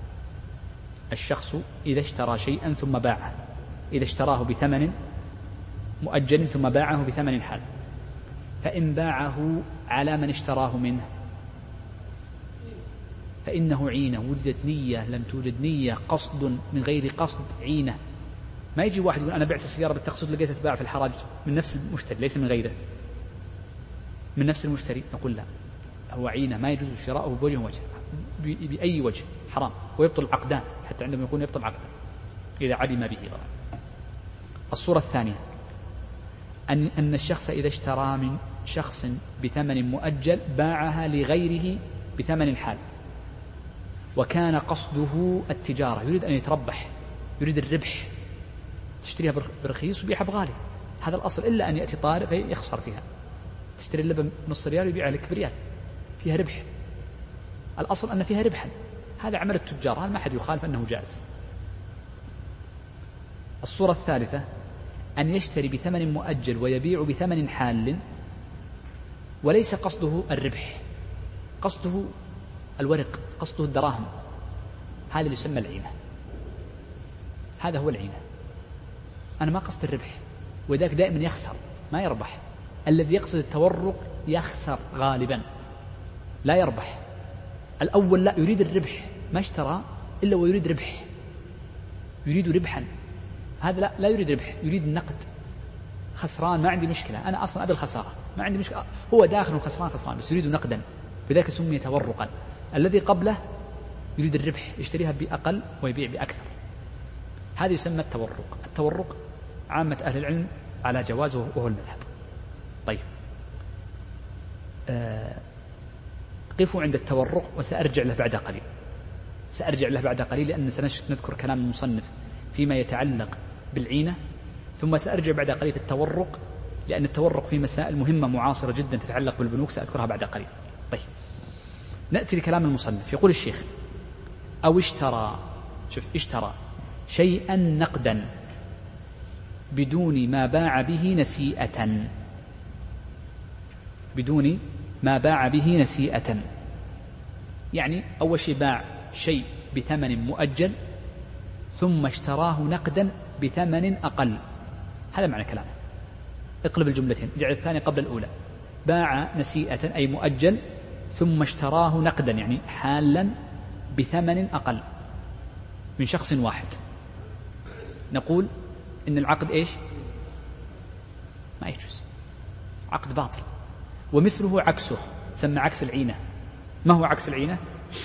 Speaker 1: إذا اشتراه بثمن مؤجل ثم باعه بثمن حال، فإن باعه على من اشتراه منه فإنه عينة، وجدت نية لم توجد نية، قصد من غير قصد عينة. ما يجي واحد يقول أنا بعت السيارة بالتقسيط لقيتها تباع في الحراج من نفس المشتري، ليس من غيره، من نفس المشتري، نقول لا، هو عينة، ما يجوز شراؤه بوجه وجه، بأي وجه حرام، ويبطل العقدان، حتى عندما يكون يبطل عقدان إذا علم به طبعا. الصورة الثانية أن الشخص إذا اشترى من شخص بثمن مؤجل باعها لغيره بثمن حال، وكان قصده التجارة، يريد أن يتربح، يريد الربح، تشتريها برخيص وبيعها بغالي، هذا الأصل، إلا أن يأتي طارئ فيخسر فيها. تشتري اللبن نص ريال ويبيعها لك بريال، فيها ربح، الأصل أن فيها ربحا، هذا عمل التجار، هذا ما أحد يخالف أنه جائز. الصورة الثالثة أن يشتري بثمن مؤجل ويبيع بثمن حال وليس قصده الربح، قصده الورق، قصده الدراهم، هذا اللي يسمى العينة. هذا هو العينة. أنا ما قصد الربح، وذاك دائما يخسر ما يربح. الذي يقصد التورق يخسر غالبا لا يربح. الأول لا يريد الربح، ما اشترى إلا ويريد ربح، يريد ربحا. هذا لا يريد ربح، يريد النقد. خسران ما عندي مشكلة، أنا أصلا أبي الخسارة ما عندي مشكلة، هو داخل خسران بس يريد نقدا، بذلك سمي تورقا. الذي قبله يريد الربح، يشتريها بأقل ويبيع بأكثر، هذا يسمى التورق. التورق عامة أهل العلم على جوازه وهو المذهب. طيب قفوا عند التورق وسأرجع له بعد قليل، لأن سنذكر كلام المصنف فيما يتعلق بالعينة، ثم سأرجع بعد قليل في التورق، لأن التورق في مسائل مهمة معاصرة جدا تتعلق بالبنوك سأذكرها بعد قليل. طيب نأتي لكلام المصنف. يقول الشيخ: أو اشترى شيئا نقدا بدون ما باع به نسيئة، يعني أول شيء باع شيء بثمن مؤجل ثم اشتراه نقدا بثمن أقل، هذا معنى كلامه. اقلب الجملتين، اجعل الثانية قبل الأولى. باع نسيئة أي مؤجل ثم اشتراه نقدا يعني حالا بثمن أقل من شخص واحد، نقول إن العقد إيش؟ ما يجوز، عقد باطل. ومثله عكسه، تسمى عكس العينة. ما هو عكس العينة؟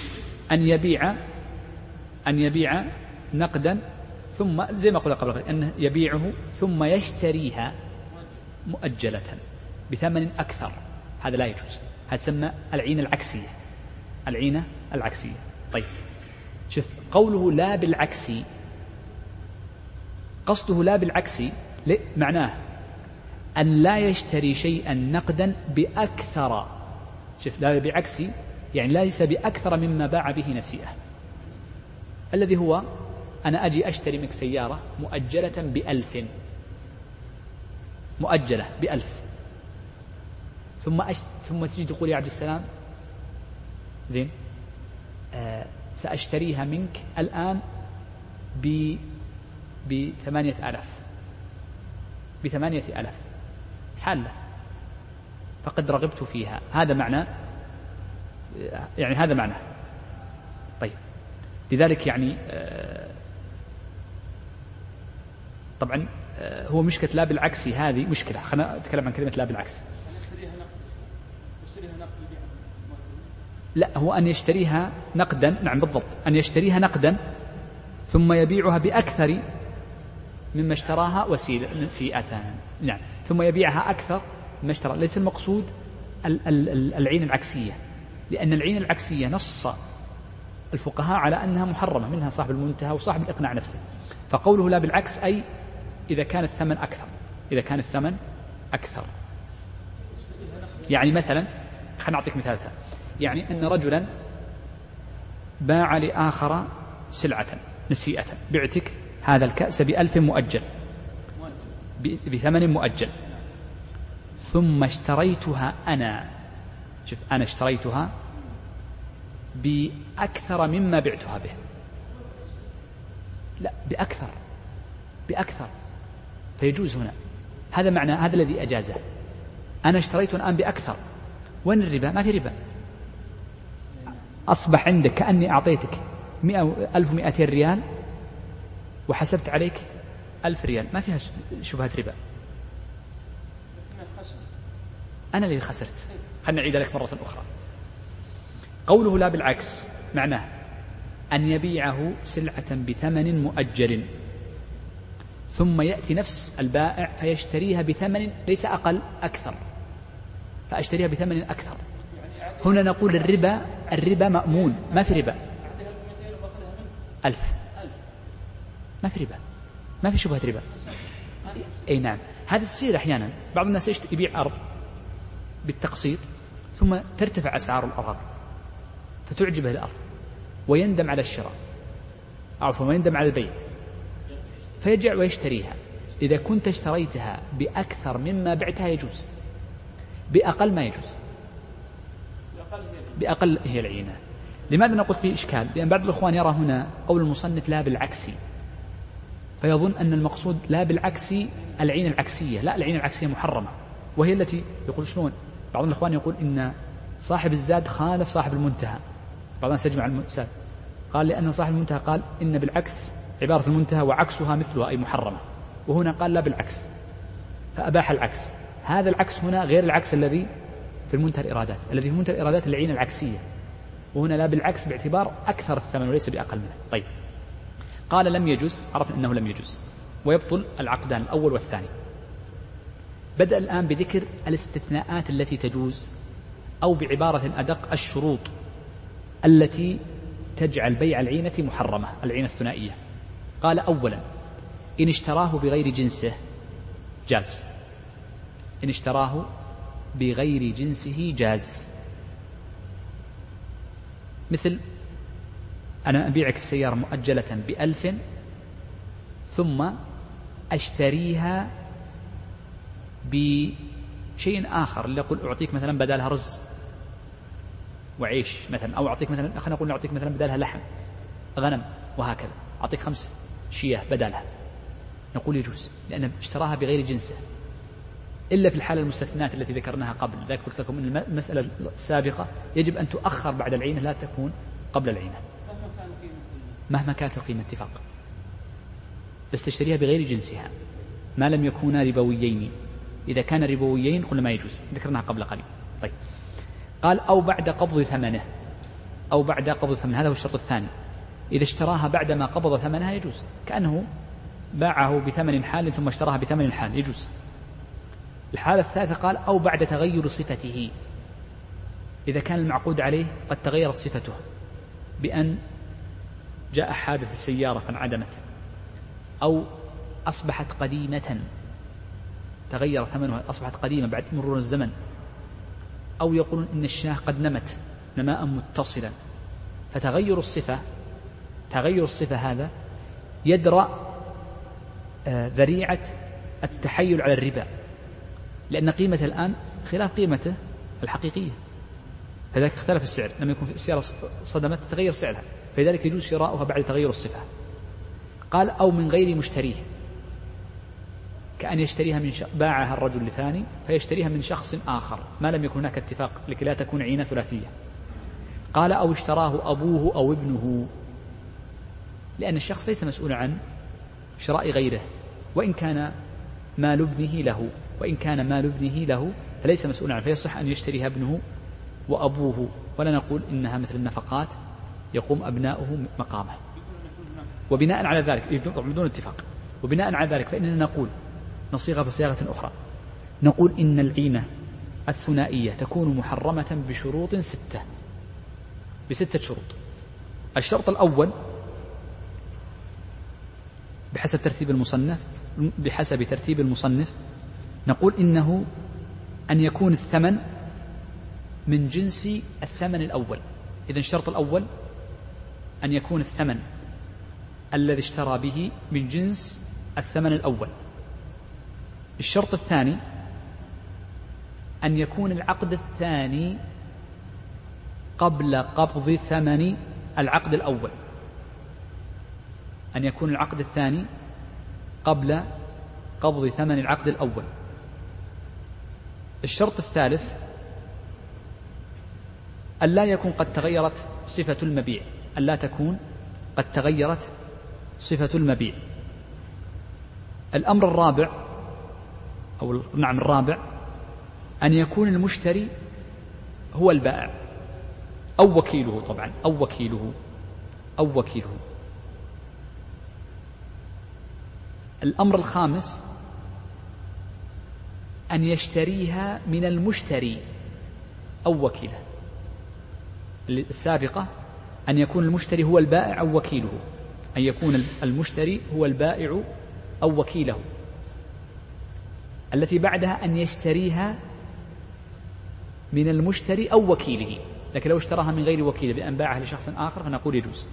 Speaker 1: أن يبيع نقدا ثم زي ما قلنا قبل أنه يبيعه ثم يشتريها مؤجلة بثمن أكثر، هذا لا يجوز، هذا تسمى العينة العكسية. طيب شوف قوله لا بالعكس، قصده لا بالعكس معناه أن لا يشتري شيئا نقدا بأكثر. شوف لا بعكس يعني ليس بأكثر مما باع به نسيئة، الذي هو أنا أجي أشتري منك سيارة مؤجلة ب1000 ثم تجي تقول يا عبد السلام زين سأشتريها منك الآن ب8,000 حالة فقد رغبت فيها، هذا معنى هذا معنى. طيب لذلك طبعا هو مشكلة لا بالعكس، هذه مشكلة. خلنا نتكلم عن كلمة لا بالعكس. لا هو أن يشتريها نقدا، نعم بالضبط، أن يشتريها نقدا ثم يبيعها بأكثر مما اشتراها نسيئة، نعم، ثم يبيعها أكثر مما اشترى. ليس المقصود العين العكسية، لأن العين العكسية نص الفقهاء على أنها محرمة، منها صاحب المنتهى وصاحب الإقناع نفسه. فقوله لا بالعكس أي إذا كان الثمن أكثر، يعني مثلا خلنا نعطيك مثال ثاني، يعني أن رجلا باع لآخر سلعة نسيئة، بعتك هذا الكأس ب1000 مؤجل بثمن مؤجل، ثم اشتريتها أنا اشتريتها بأكثر مما بعتها به، لا بأكثر فيجوز هنا. هذا معنى، هذا الذي أجازه. أنا اشتريت الآن بأكثر، وين الربا؟ ما في ربا، أصبح عندك كأني أعطيتك 1200 ريال وحسبت عليك 1000 ريال، ما فيها شبهة ربا، أنا اللي خسرت. خلنا نعيد لك مرة أخرى. قوله لا بالعكس معناه أن يبيعه سلعة بثمن مؤجل ثم يأتي نفس البائع فيشتريها بثمن ليس أقل أكثر، فأشتريها بثمن أكثر. هنا نقول الربا مأمون، ما في ربا. 1000 ما في ربا، ما في شبهة ربا. أي نعم، هذا تصير أحيانا. بعض الناس يبيع أرض بالتقسيط ثم ترتفع أسعار الأراضي فتعجبه الأرض ويندم على الشراء، عفوا ويندم على البيع، فيرجع ويشتريها. إذا كنت اشتريتها بأكثر مما بعتها يجوز، بأقل ما يجوز، بأقل هي العينة. لماذا نقول فيه إشكال؟ لأن بعض الإخوان يرى هنا قول المصنف لا بالعكسي، فيظن أن المقصود لا بالعكسي العين العكسية. لا، العين العكسية محرمة، وهي التي يقول شلون بعض الإخوان يقول إن صاحب الزاد خالف صاحب المنتهى. بعض الناس يجمع المساد، قال لأن صاحب المنتهى قال إن بالعكس عبارة المنتهى وعكسها مثلها أي محرمة، وهنا قال لا بالعكس فأباح العكس. هذا العكس هنا غير العكس الذي في المنتهى الإرادات. الذي في منتهى الإرادات العين العكسية، وهنا لا بالعكس باعتبار أكثر الثمن وليس بأقل منه. طيب، قال لم يجوز، عرفنا أنه لم يجوز، ويبطل العقدان الأول والثاني. بدأ الآن بذكر الاستثناءات التي تجوز، أو بعبارة أدق الشروط التي تجعل بيع العينة محرمة، العينة الثنائية. قال أولا إن اشتراه بغير جنسه جاز. إن اشتراه بغير جنسه جاز. مثل أنا أبيعك السيارة مؤجلة ب1000 ثم أشتريها بشيء آخر، اللي أقول أعطيك مثلا بدالها رز وعيش مثلا، أو أعطيك مثلا، خلينا نقول أعطيك مثلا بدالها لحم غنم، وهكذا أعطيك 5 شياه بدالها، نقول يجوز لأن اشتراها بغير جنسه، إلا في الحالة المستثنات التي ذكرناها قبل ذلك. قلت لكم أن المسألة السابقة يجب أن تؤخر بعد العينة، لا تكون قبل العينة مهما كانت القيمة اتفاق، بس تشتريها بغير جنسها ما لم يكونا ربويين. إذا كان ربويين قلنا ما يجوز، ذكرناها قبل قليل. طيب، قال أو بعد قبض ثمنه، أو بعد قبض ثمنه، هذا هو الشرط الثاني. إذا اشتراها بعدما قبض ثمنها يجوز، كأنه باعه بثمن حال ثم اشتراها بثمن حال، يجوز. الحالة الثالثة قال أو بعد تغير صفته، إذا كان المعقود عليه قد تغيرت صفته بأن جاء حادث السيارة فانعدمت، أو أصبحت قديمة تغير ثمنها، أصبحت قديمة بعد مرور الزمن، أو يقولون إن الشاة قد نمت نماء متصلا، فتغير الصفة، تغير الصفة هذا يدرأ ذريعة التحيل على الربا، لأن قيمته الآن خلاف قيمته الحقيقية، فذلك اختلف السعر. لما يكون في السيارة صدمت تغير سعرها، فلذلك يجوز شراؤها بعد تغير الصفة. قال أو من غير مشتريه، كأن يشتريها من باعها الرجل لثاني فيشتريها من شخص آخر ما لم يكن هناك اتفاق، لكي لا تكون عينة ثلاثية. قال أو اشتراه أبوه أو ابنه، لأن الشخص ليس مسؤول عن شراء غيره، وإن كان مال ابنه له، وإن كان مال ابنه له فليس مسؤول عنه، فيصح أن يشتريها ابنه وأبوه، ولا نقول إنها مثل النفقات يقوم أبناؤه مقامه. وبناء على ذلك بدون اتفاق، وبناء على ذلك فإننا نقول نصيغة بصياغة أخرى، نقول إن العينة الثنائية تكون محرمة بشروط 6، ب6 شروط. الشرط الأول بحسب ترتيب المصنف نقول إنه أن يكون الثمن من جنس الثمن الأول. إذن الشرط الأول أن يكون الثمن الذي اشترى به من جنس الثمن الأول. الشرط الثاني أن يكون العقد الثاني قبل قبض ثمن العقد الأول، أن يكون العقد الثاني قبل قبض ثمن العقد الأول. الشرط الثالث أن لا يكون قد تغيرت صفة المبيع، أن لا تكون قد تغيرت صفة المبيع. الأمر الرابع الرابع أن يكون المشتري هو البائع أو وكيله، طبعا أو وكيله. الأمر الخامس أن يشتريها من المشتري أو وكيله. السابقة أن يكون المشتري هو البائع أو وكيله، أن يكون المشتري هو البائع أو وكيله. التي بعدها أن يشتريها من المشتري أو وكيله، لكن لو اشتراها من غير وكيل بأن باعها لشخص آخر فنقول يجوز.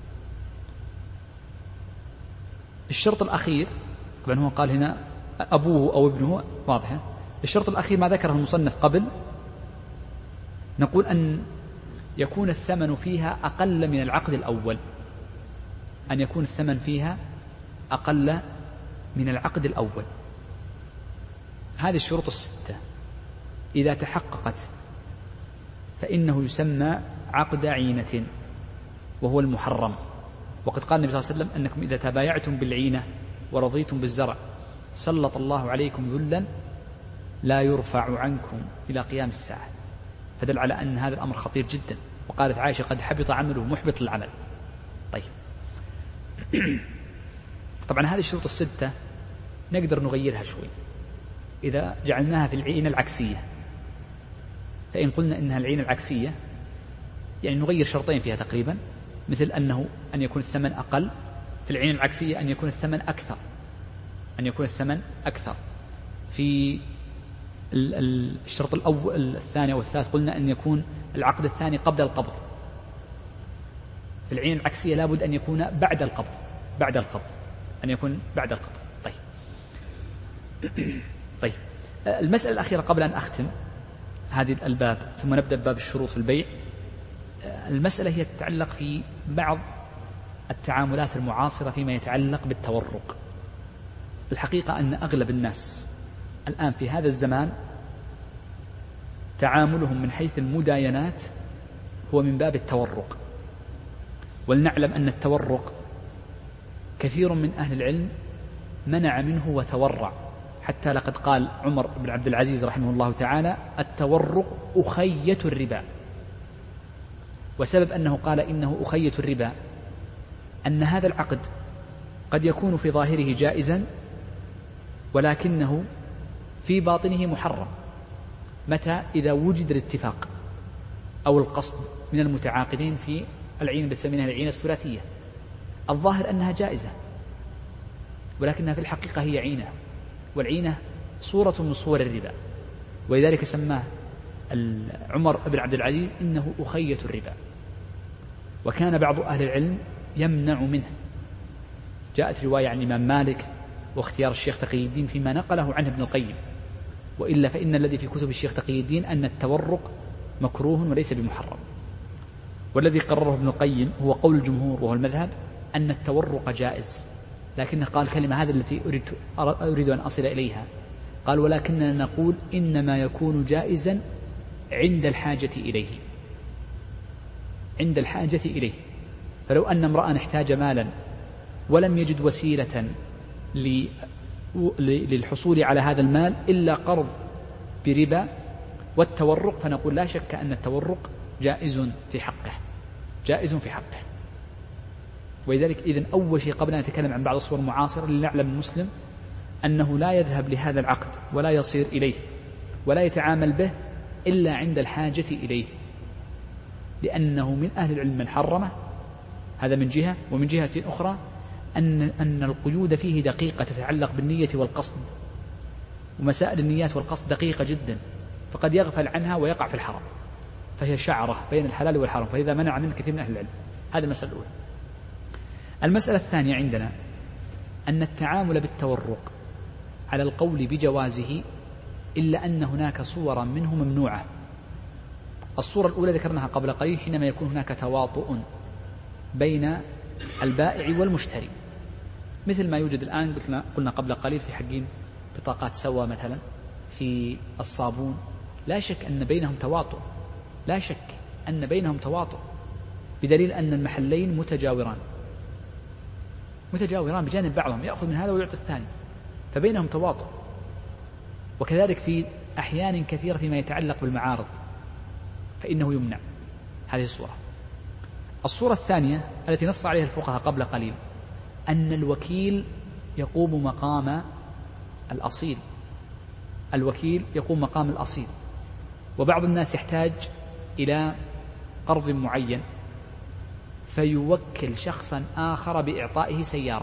Speaker 1: الشرط الأخير طبعا هو قال هنا أبوه أو ابنه، واضحة. الشرط الأخير ما ذكره المصنف قبل، نقول أن يكون الثمن فيها أقل من العقد الأول، أن يكون الثمن فيها أقل من العقد الأول. هذه الشروط الستة إذا تحققت فإنه يسمى عقد عينة وهو المحرم. وقد قال النبي صلى الله عليه وسلم أنكم إذا تبايعتم بالعينة ورضيتم بالزرع سلط الله عليكم ذلا لا يرفع عنكم إلى قيام الساعة، فدل على أن هذا الأمر خطير جدا. وقالت عائشة قد حبط عمله، محبط العمل. طيب طبعا هذه الشروط الستة نقدر نغيرها شوي إذا جعلناها في العينة العكسية. فإن قلنا إنها العينة العكسية يعني نغير شرطين فيها تقريبا، مثل أن يكون الثمن أقل، في العينة العكسية أن يكون الثمن أكثر، أن يكون الثمن أكثر. في الشرط الأول الثاني والثالث قلنا أن يكون العقد الثاني قبل القبض، في العينة العكسية لابد أن يكون بعد القبض، أن يكون بعد القبض. طيب المسألة الأخيرة قبل أن أختم هذه الباب ثم نبدأ بباب الشروط في البيع. المسألة هي تتعلق في بعض التعاملات المعاصرة فيما يتعلق بالتورق. الحقيقة أن أغلب الناس الآن في هذا الزمان تعاملهم من حيث المداينات هو من باب التورق. ولنعلم أن التورق كثير من أهل العلم منع منه وتورع، حتى لقد قال عمر بن عبد العزيز رحمه الله تعالى التورق أخية الربا. وسبب أنه قال إنه أخية الربا أن هذا العقد قد يكون في ظاهره جائزا ولكنه في باطنه محرم. متى؟ إذا وجد الاتفاق أو القصد من المتعاقدين في العين التي تسمينها العينة الثلاثية. الظاهر أنها جائزة ولكنها في الحقيقة هي عينة، والعينة صورة من صور الربا، ولذلك سماه عمر بن عبد العزيز إنه أخية الربا. وكان بعض أهل العلم يمنع منه. جاءت رواية عن الإمام مالك واختيار الشيخ تقي الدين فيما نقله عنه ابن القيم، وإلا فإن الذي في كتب الشيخ تقي الدين أن التورق مكروه وليس بمحرم. والذي قرره ابن القيم هو قول الجمهور وهو المذهب أن التورق جائز، لكنه قال كلمة هذا التي أريد أن أصل إليها، قال ولكننا نقول إنما يكون جائزا عند الحاجة إليه، عند الحاجة إليه. فلو أن امرأ احتاج مالا ولم يجد وسيلة للحصول على هذا المال إلا قرض بربا والتورق، فنقول لا شك أن التورق جائز في حقه، جائز في حقه. ولذلك إذن أول شيء قبل أن نتكلم عن بعض الصور المعاصرة لنعلم المسلم أنه لا يذهب لهذا العقد ولا يصير إليه ولا يتعامل به إلا عند الحاجة إليه، لأنه من أهل العلم من حرمه. هذا من جهة، ومن جهة أخرى أن القيود فيه دقيقة تتعلق بالنية والقصد، ومسائل النيات والقصد دقيقة جدا، فقد يغفل عنها ويقع في الحرام، فهي شعرة بين الحلال والحرام، فإذا منع منه كثير من أهل العلم. هذه المسألة الأولى. المسألة الثانية عندنا أن التعامل بالتورق على القول بجوازه إلا أن هناك صورا منه ممنوعة. الصورة الأولى ذكرناها قبل قليل حينما يكون هناك تواطؤ بين البائع والمشتري، مثل ما يوجد الآن قلنا قبل قليل في حقين بطاقات سوا مثلا، في الصابون. لا شك أن بينهم تواطؤ، لا شك أن بينهم تواطؤ، بدليل أن المحلين متجاوران بجانب بعضهم، يأخذ من هذا ويعطي الثاني، فبينهم تواطؤ. وكذلك في أحيان كثيرة فيما يتعلق بالمعارض فإنه يمنع. هذه الصورة. الصورة الثانية التي نص عليها الفقهاء قبل قليل أن الوكيل يقوم مقام الأصيل، الوكيل يقوم مقام الأصيل. وبعض الناس يحتاج إلى قرض معين فيوكل شخصا آخر بإعطائه سيارة،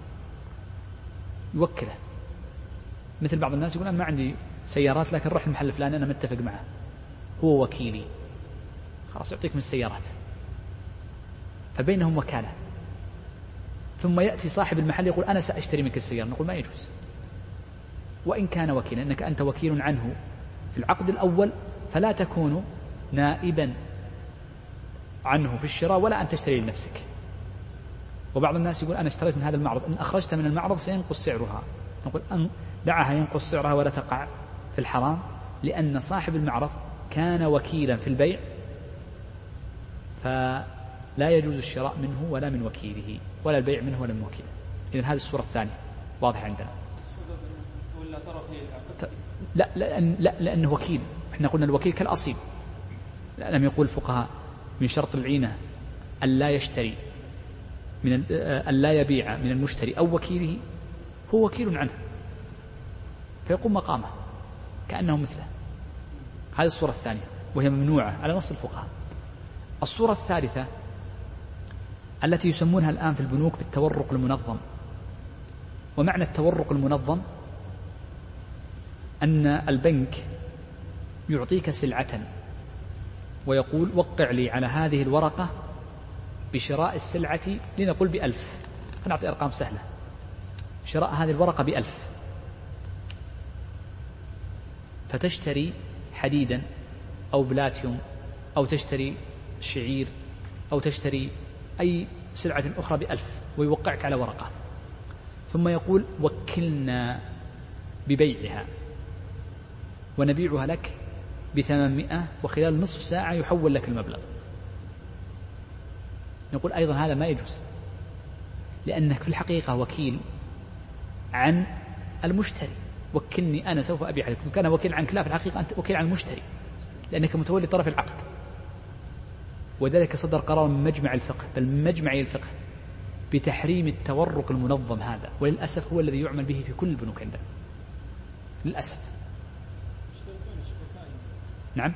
Speaker 1: يوكله. مثل بعض الناس يقول أنا ما عندي سيارات لكن روح المحل الفلاني أنا متفق معه، هو وكيلي، خلاص يعطيك من السيارات، فبينهم وكالة، ثم يأتي صاحب المحل يقول أنا سأشتري منك السيارة، نقول ما يجوز وإن كان وكيلا، إنك أنت وكيل عنه في العقد الأول، فلا تكون نائبا عنه في الشراء ولا أن تشتري لنفسك. وبعض الناس يقول أنا اشتريت من هذا المعرض، إن أخرجت من المعرض سينقص سعرها، نقول أن دعها ينقص سعرها ولا تقع في الحرام، لأن صاحب المعرض كان وكيلا في البيع، فلا يجوز الشراء منه ولا من وكيله، ولا البيع منه ولا من وكيله. إذن هذه الصورة الثانية واضحة عندنا. لا لأنه وكيل، احنا قلنا الوكيل كالأصيل، لم يقول الفقهاء من شرط العينة ألا يشتري من ألا يبيع من المشتري أو وكيله، هو وكيل عنه فيقوم مقامه كأنه مثله. هذه الصورة الثانية وهي ممنوعة على نص الفقهاء. الصورة الثالثة التي يسمونها الآن في البنوك بالتورق المنظم. ومعنى التورق المنظم أن البنك يعطيك سلعة ويقول وقع لي على هذه الورقة بشراء السلعة، لنقول ب1000، فنعطي أرقام سهلة، شراء هذه الورقة ب1000، فتشتري حديدا أو بلاتيوم أو تشتري شعير أو تشتري أي سلعة أخرى ب1000، ويوقعك على ورقة، ثم يقول وكلنا ببيعها ونبيعها لك ب800، وخلال نصف ساعة يحول لك المبلغ. نقول أيضا هذا ما يجوز، لأنك في الحقيقة وكيل عن المشتري، وكلني أنا سوف أبيع لك، كان وكيل عنك، لا في الحقيقة أنت وكيل عن المشتري لأنك متولي طرف العقد. وذلك صدر قرار من مجمع الفقه، بل من مجمع الفقه، بتحريم التورق المنظم هذا، وللأسف هو الذي يعمل به في كل البنوك عندنا للأسف. نعم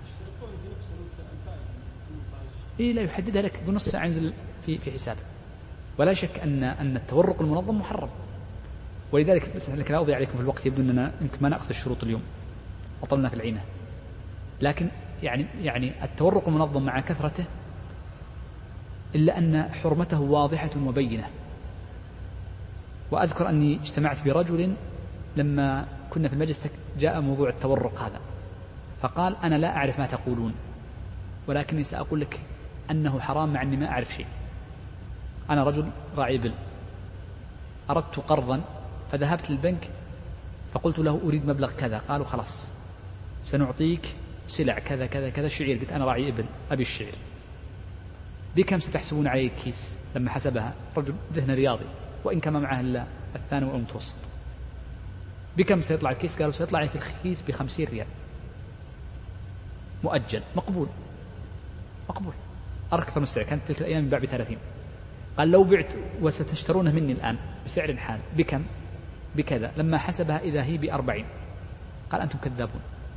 Speaker 1: لا يحددها لك بنص ساعة ينزل في حسابه. ولا شك أن التورق المنظم محرم، ولذلك بس لا أضيع عليكم في الوقت، يبدو أننا يمكن ما نأخذ الشروط اليوم وطلنا في العينة، لكن يعني التورق المنظم مع كثرته إلا أن حرمته واضحة وبينة. وأذكر أني اجتمعت برجل لما كنا في المجلس جاء موضوع التورق هذا، فقال أنا لا أعرف ما تقولون، ولكني سأقول لك أنه حرام مع أني ما أعرف شيء. أنا رجل راعي إبل، أردت قرضا فذهبت للبنك فقلت له أريد مبلغ كذا، قالوا خلاص سنعطيك سلع كذا كذا كذا شعير، قلت أنا راعي إبل أبي الشعير، بكم ستحسبون علي الكيس؟ لما حسبها رجل ذهن رياضي وإن كان معه إلا الثانوي والمتوسط، بكم سيطلع الكيس؟ قالوا سيطلع في الكيس ب50 ريال مؤجل مقبول. أكثر من السعر، كانت تلك الأيام يباع ب30. قال لو بعت وستشترونه مني الآن بسعر حال بكم؟ بكذا. لما حسبها إذا هي ب40. قال أنتم كذابون،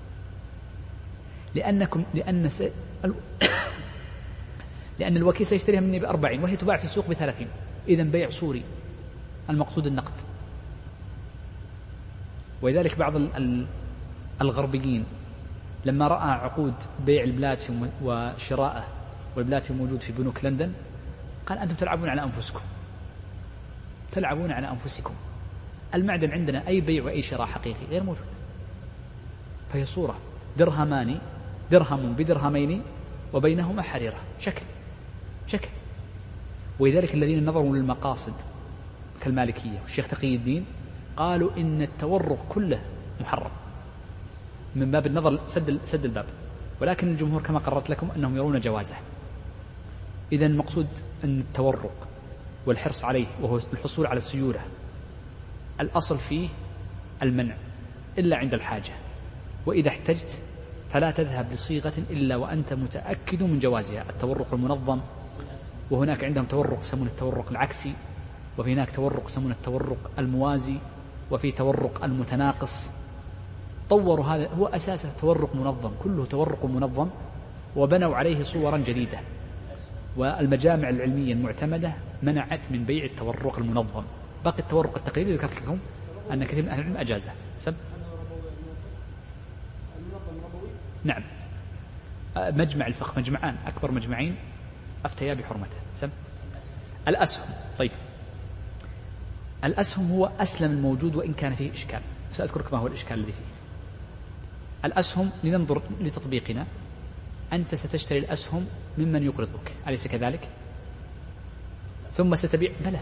Speaker 1: لأن الوكيل سيشتريها مني ب40 وهي تباع في السوق ب30، إذن بيع صوري، المقصود النقد. ولذلك بعض الغربيين لما رأى عقود بيع البلاتيوم وشراءه، والبلاتيوم موجود في بنوك لندن، قال أنتم تلعبون على أنفسكم، تلعبون على أنفسكم. المعدن عندنا أي بيع وأي شراء حقيقي غير موجود، فهي صورة، درهم بدرهمين وبينهما حريرة، شكل. ولذلك الذين نظروا للمقاصد كالمالكية والشيخ تقي الدين قالوا إن التورق كله محرم من باب النظر سد الباب، ولكن الجمهور كما قررت لكم أنهم يرون جوازه. إذن المقصود أن التورق والحرص عليه وهو الحصول على السيولة الأصل فيه المنع إلا عند الحاجة، وإذا احتجت فلا تذهب لصيغة إلا وأنت متأكد من جوازها. التورق المنظم، وهناك عندهم تورق يسمون التورق العكسي، وفي هناك تورق يسمون التورق الموازي، وفي تورق المتناقص. طوروا هذا، هو أساسه تورق منظم، كله تورق منظم، وبنوا عليه صورا جديدة. والمجامع العلمية المعتمدة منعت من بيع التورق المنظم. باقي التورق التقليدي ذكرت لكم أن كثير من أهل العلم أجازه. نعم، مجمع الفقه مجمعان أكبر مجمعين أفتيا بحرمته. الأسهم. طيب الأسهم هو أسلم الموجود وإن كان فيه إشكال، سأذكرك ما هو الإشكال الذي فيه. الأسهم لننظر لتطبيقنا، أنت ستشتري الأسهم ممن يقرضك أليس كذلك؟ ثم ستبيع بلى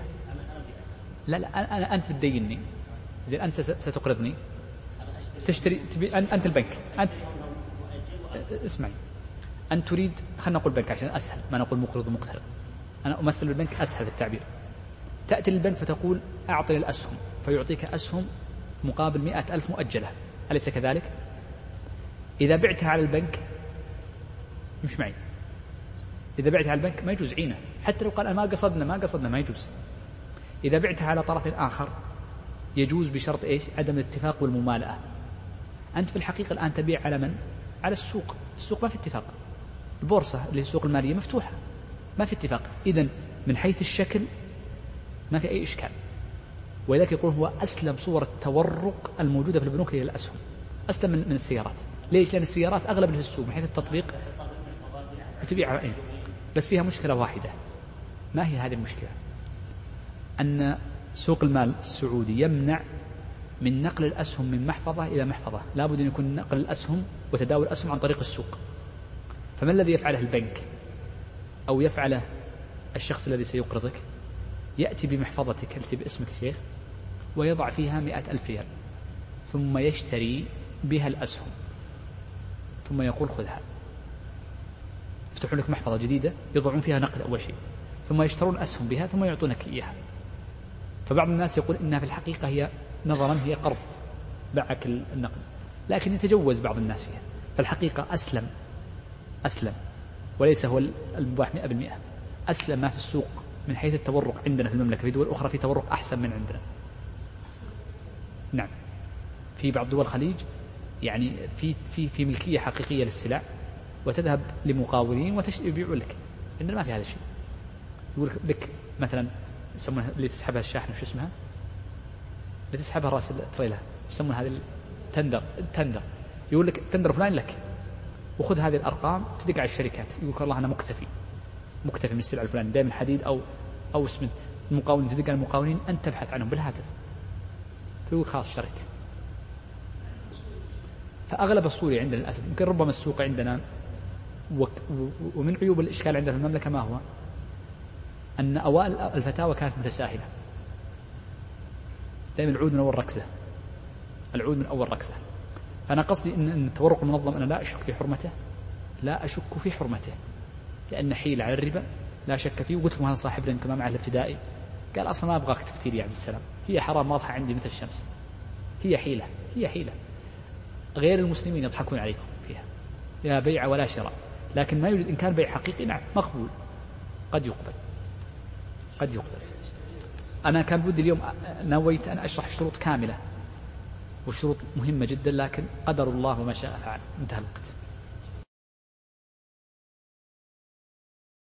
Speaker 1: لا أنت بتديني زين، أنت ستقرضني تشتري أنت البنك، أنت اسمعي، أنت تريد، خلنا نقول بنك عشان أسهل ما نقول مقرض ومقترض، أنا أمثل البنك أسهل في التعبير. تأتي للبنك فتقول أعطني الأسهم، فيعطيك أسهم مقابل 100,000 مؤجلة أليس كذلك؟ إذا بعتها على البنك مش معي، إذا بعتها على البنك ما يجوز عينه، حتى لو قال أنا ما قصدنا ما يجوز. إذا بعتها على طرف آخر يجوز بشرط إيش؟ عدم الاتفاق والممالأة. أنت في الحقيقة الآن تبيع على من؟ على السوق ما في اتفاق، البورصة اللي هي السوق المالية مفتوحة ما في اتفاق، إذن من حيث الشكل ما في أي إشكال. ولذلك يقول هو أسلم صور التورق الموجودة في البنوك هي الأسهم، أسلم من السيارات. ليش؟ لأن السيارات أغلب اللي في السوق من حيث التطبيق بتبيع عين، بس فيها مشكلة واحدة. ما هي هذه المشكلة؟ أن سوق المال السعودي يمنع من نقل الأسهم من محفظة إلى محفظة، لا بد أن يكون نقل الأسهم وتداول الأسهم عن طريق السوق. فما الذي يفعله البنك أو يفعله الشخص الذي سيقرضك؟ يأتي بمحفظتك التي باسمك شيخ ويضع فيها 100,000 ريال، ثم يشتري بها الأسهم، ثم يقول خذها. يفتحون لك محفظة جديدة يضعون فيها نقد أول شيء، ثم يشترون أسهم بها ثم يعطونك إياها. فبعض الناس يقول إنها في الحقيقة هي نظرا هي قرض باعك النقد، لكن يتجوز بعض الناس فيها. فالحقيقة أسلم وليس هو المباح 100%، أسلم ما في السوق من حيث التورق عندنا في المملكة. في دول أخرى في تورق أحسن من عندنا. نعم، في بعض دول الخليج يعني في ملكية حقيقية للسلع، وتذهب لمقاولين ويبيعوا لك. عندنا ما في هذا الشيء. يقول لك مثلا يسمونها اللي تسحبها الشاحن وش اسمها؟ اللي تسحبها رأس التريلا يسمونها هذه التندر. يقول لك التندر فلان لك، وخذ هذه الأرقام تدق على الشركات، يقول والله أنا مكتفي من السلع الفلانية، دائما حديد أو اسمنت. المقاولين تدق على المقاولين، أنت تبحث عنهم بالهاتف، فيقول خلاص شريت. فأغلب الصوري عندنا للأسف، يمكن ربما السوق عندنا ومن عيوب الإشكال عندنا في المملكة ما هو؟ أن أوائل الفتاوى كانت متساهلة، دائما العود من أول ركزة. فأنا قصدي أن التورق المنظم أنا لا أشك في حرمته لأن حيل على الربا لا شك فيه. وقلت له هذا صاحبنا يمكن معه الابتدائي قال أصلا ما أبغاك تفتيلي يا عبد السلام، هي حرام واضحة عندي مثل الشمس، هي حيلة غير المسلمين يضحكون عليكم فيها، لا بيع ولا شراء. لكن ما يوجد إن كان بيع حقيقي نعم مقبول، قد يقبل. أنا كان بدي اليوم نويت أن أشرح شروط كاملة، والشروط مهمة جدا، لكن قدر الله وما شاء فعل، انتهى الوقت.